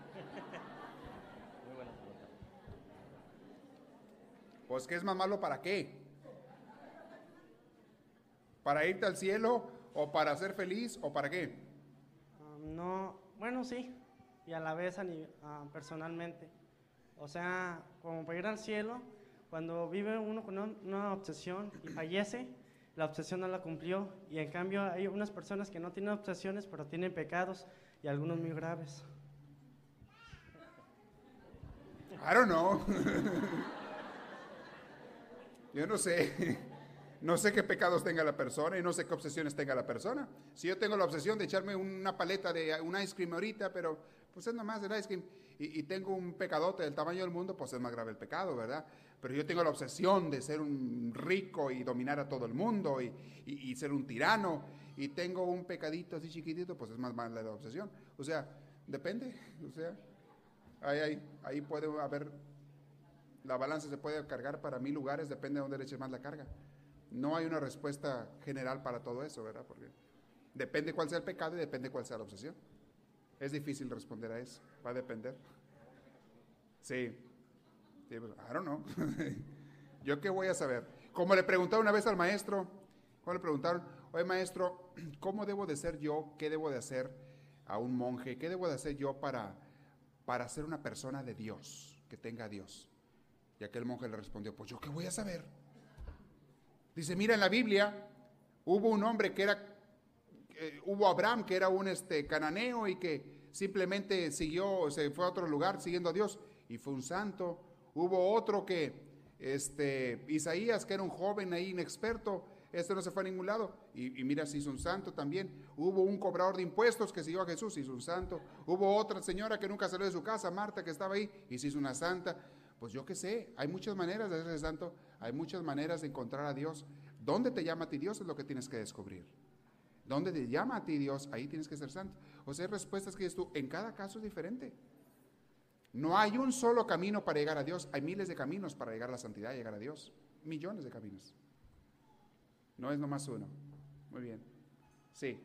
Pues, ¿qué es más malo para qué? ¿Para irte al cielo o para ser feliz o para qué? Um, no, bueno, sí, y a la vez a ni- uh, personalmente. O sea, como para ir al cielo, cuando vive uno con una, una obsesión y fallece, la obsesión no la cumplió. Y en cambio hay unas personas que no tienen obsesiones, pero tienen pecados y algunos muy graves. I don't know. Yo no sé. No sé qué pecados tenga la persona y no sé qué obsesiones tenga la persona. Si yo tengo la obsesión de echarme una paleta de un ice cream ahorita, pero pues es nomás el ice cream, y, y tengo un pecadote del tamaño del mundo, pues es más grave el pecado, ¿verdad? Pero yo tengo la obsesión de ser un rico y dominar a todo el mundo y, y, y ser un tirano, y tengo un pecadito así chiquitito, pues es más mala la obsesión. O sea, depende, o sea, ahí, ahí, ahí puede haber, la balanza se puede cargar para mil lugares, depende de dónde le eches más la carga. No hay una respuesta general para todo eso, ¿verdad? Porque depende cuál sea el pecado y depende cuál sea la obsesión. Es difícil responder a eso, va a depender. Sí, sí, pues, I don't know. ¿Yo qué voy a saber? Como le preguntaron una vez al maestro, como le preguntaron, oye maestro, ¿cómo debo de ser yo? ¿Qué debo de hacer a un monje? ¿Qué debo de hacer yo para, para ser una persona de Dios, que tenga a Dios? Y aquel monje le respondió, pues yo qué voy a saber. Dice, mira, en la Biblia hubo un hombre que era, eh, hubo Abraham, que era un este, cananeo y que simplemente siguió, se fue a otro lugar siguiendo a Dios y fue un santo. Hubo otro que, este, Isaías, que era un joven ahí inexperto, este no se fue a ningún lado y, y mira, se hizo un santo también. Hubo un cobrador de impuestos que siguió a Jesús, hizo un santo. Hubo otra señora que nunca salió de su casa, Marta, que estaba ahí y se hizo una santa. Pues yo qué sé, hay muchas maneras de hacerse santo, hay muchas maneras de encontrar a Dios. ¿Dónde te llama a ti Dios? Es lo que tienes que descubrir. ¿Dónde te llama a ti Dios? Ahí tienes que ser santo. O sea, hay respuestas que dices tú, en cada caso es diferente. No hay un solo camino para llegar a Dios, hay miles de caminos para llegar a la santidad y llegar a Dios. Millones de caminos. No es nomás uno. Muy bien. Sí.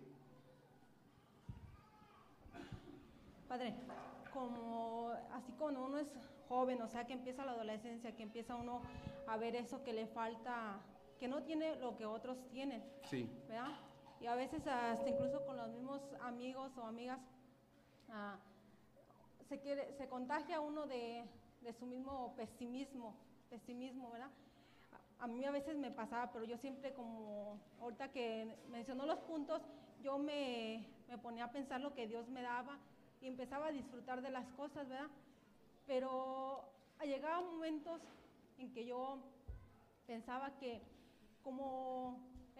Padre, como así cuando uno es joven, o sea, que empieza la adolescencia, que empieza uno a ver eso que le falta, que no tiene lo que otros tienen, Sí. ¿verdad? Y a veces hasta incluso con los mismos amigos o amigas, ah, se, quiere, se contagia uno de, de su mismo pesimismo, pesimismo, ¿verdad? A, a mí a veces me pasaba, pero yo siempre como, ahorita que mencionó los puntos, yo me, me ponía a pensar lo que Dios me daba y empezaba a disfrutar de las cosas, ¿verdad? Pero llegaban momentos en que yo pensaba que como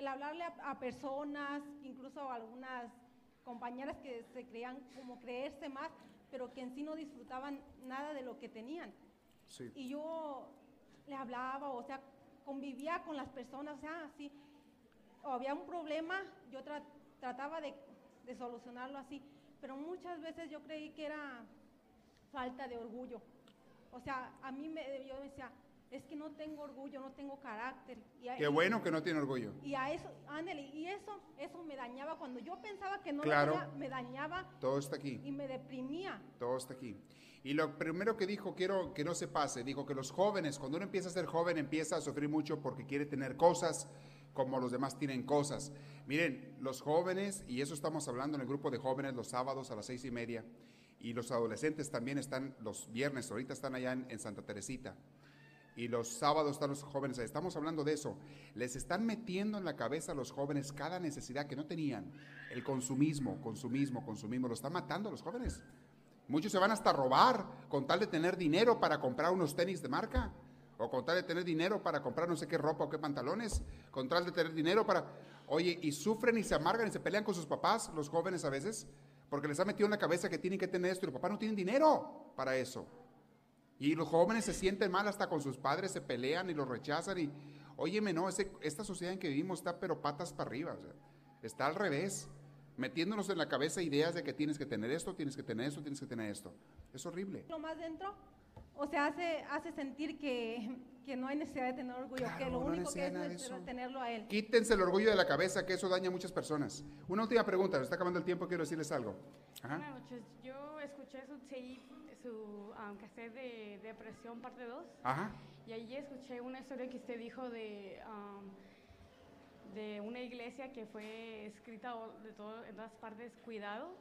el hablarle a, a personas, incluso a algunas compañeras que se creían como creerse más, pero que en sí no disfrutaban nada de lo que tenían. Sí. Y yo le hablaba, o sea, convivía con las personas, o sea, así, o había un problema, yo tra trataba de, de solucionarlo así, pero muchas veces yo creí que era falta de orgullo. O sea, a mí me, yo decía, es que no tengo orgullo, no tengo carácter. Y a, Qué bueno que no tiene orgullo. Y a eso, ándale, y eso, eso me dañaba. Cuando yo pensaba que no Claro. lo tenía, me dañaba. Todo está aquí. Y me deprimía. Todo está aquí. Y lo primero que dijo, quiero que no se pase, dijo que los jóvenes, cuando uno empieza a ser joven, empieza a sufrir mucho porque quiere tener cosas como los demás tienen cosas. Miren, los jóvenes, y eso estamos hablando en el grupo de jóvenes los sábados a las seis y media, y los adolescentes también están los viernes, ahorita están allá en, en Santa Teresita, y los sábados están los jóvenes, estamos hablando de eso. Les están metiendo en la cabeza a los jóvenes cada necesidad que no tenían. El consumismo, consumismo, consumismo, lo están matando a los jóvenes. Muchos se van hasta a robar con tal de tener dinero para comprar unos tenis de marca, o con tal de tener dinero para comprar no sé qué ropa o qué pantalones, con tal de tener dinero para... Oye, y sufren y se amargan y se pelean con sus papás, los jóvenes a veces, porque les ha metido en la cabeza que tienen que tener esto y los papás no tienen dinero para eso. Y los jóvenes se sienten mal hasta con sus padres, se pelean y los rechazan y... Óyeme, no, ese, esta sociedad en que vivimos está pero patas para arriba, o sea, está al revés, metiéndonos en la cabeza ideas de que tienes que tener esto, tienes que tener esto, tienes que tener esto. Es horrible. Lo más dentro, o sea, hace, hace sentir que, que no hay necesidad de tener orgullo, Claro, que lo no único que es necesidad de necesario eso. tenerlo a él. Quítense el orgullo de la cabeza, que eso daña a muchas personas. Una última pregunta, me está acabando el tiempo, quiero decirles algo. Ajá. Buenas noches, yo escuché su tape, su um, cassette de Depresión parte dos, Ajá. y allí escuché una historia que usted dijo de, um, de una iglesia que fue escrita o- de todo, en todas partes, cuidado,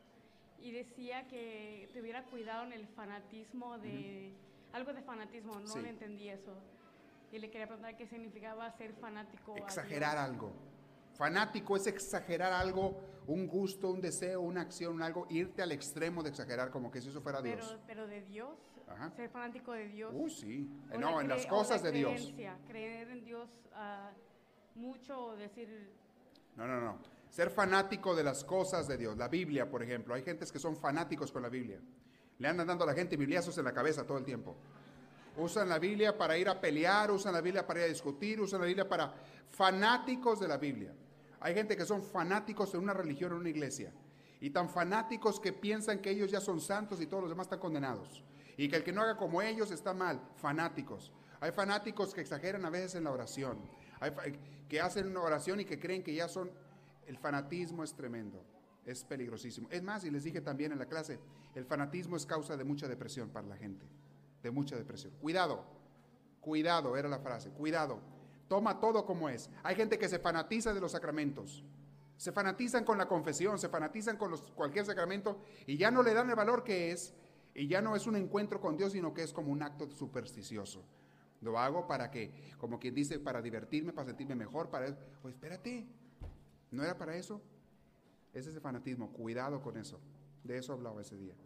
y decía que tuviera cuidado en el fanatismo de, algo de fanatismo, no Sí. le entendí eso, y le quería preguntar qué significaba ser fanático. a Exagerar Dios. algo. Fanático es exagerar algo, un gusto, un deseo, una acción, algo, irte al extremo de exagerar, como que si eso fuera Dios. Pero, pero de Dios, Ajá. ser fanático de Dios. Uh, sí. O No, la en las cre- cosas o la de Dios. creencia, creer en Dios ah, mucho o decir, No, no, no. Ser fanático de las cosas de Dios. La Biblia, por ejemplo. Hay gentes que son fanáticos con la Biblia. Le andan dando a la gente bibliazos en la cabeza todo el tiempo. Usan la Biblia para ir a pelear, usan la Biblia para ir a discutir, usan la Biblia para... Fanáticos de la Biblia. Hay gente que son fanáticos en una religión, en una iglesia. Y tan fanáticos que piensan que ellos ya son santos y todos los demás están condenados. Y que el que no haga como ellos está mal. Fanáticos. Hay fanáticos que exageran a veces en la oración. Hay fa- que hacen una oración y que creen que ya son... El fanatismo es tremendo. Es peligrosísimo. Es más, y les dije también en la clase, el fanatismo es causa de mucha depresión para la gente. De mucha depresión. Cuidado. Cuidado, era la frase. Cuidado. Toma todo como es. Hay gente que se fanatiza de los sacramentos. Se fanatizan con la confesión, se fanatizan con los, cualquier sacramento y ya no le dan el valor que es. Y ya no es un encuentro con Dios, sino que es como un acto supersticioso. Lo hago para que, como quien dice, para divertirme, para sentirme mejor, para... Pues espérate, ¿no era para eso? Ese es el fanatismo, cuidado con eso. De eso hablaba ese día.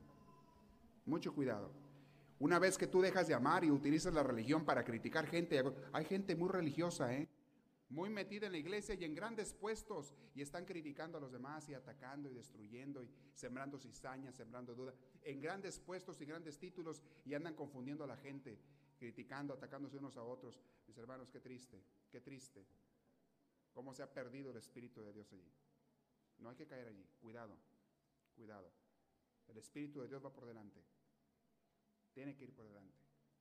Mucho cuidado. Una vez que tú dejas de amar y utilizas la religión para criticar gente, hay gente muy religiosa, ¿eh? Muy metida en la iglesia y en grandes puestos y están criticando a los demás y atacando y destruyendo y sembrando cizañas, sembrando duda, en grandes puestos y grandes títulos y andan confundiendo a la gente, criticando, atacándose unos a otros. Mis hermanos, qué triste, qué triste. Cómo se ha perdido el Espíritu de Dios allí. No hay que caer allí, cuidado, cuidado. El Espíritu de Dios va por delante. Tiene que ir por delante.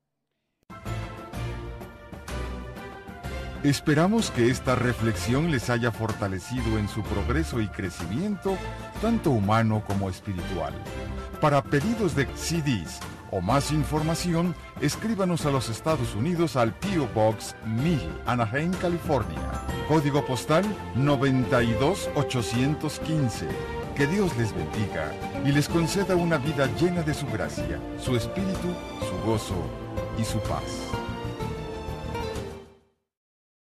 Esperamos que esta reflexión les haya fortalecido en su progreso y crecimiento, tanto humano como espiritual. Para pedidos de C Ds o más información, escríbanos a los Estados Unidos al P O Box mil, Anaheim, California. Código postal noventa y dos ochocientos quince. Que Dios les bendiga y les conceda una vida llena de su gracia, su espíritu, su gozo y su paz.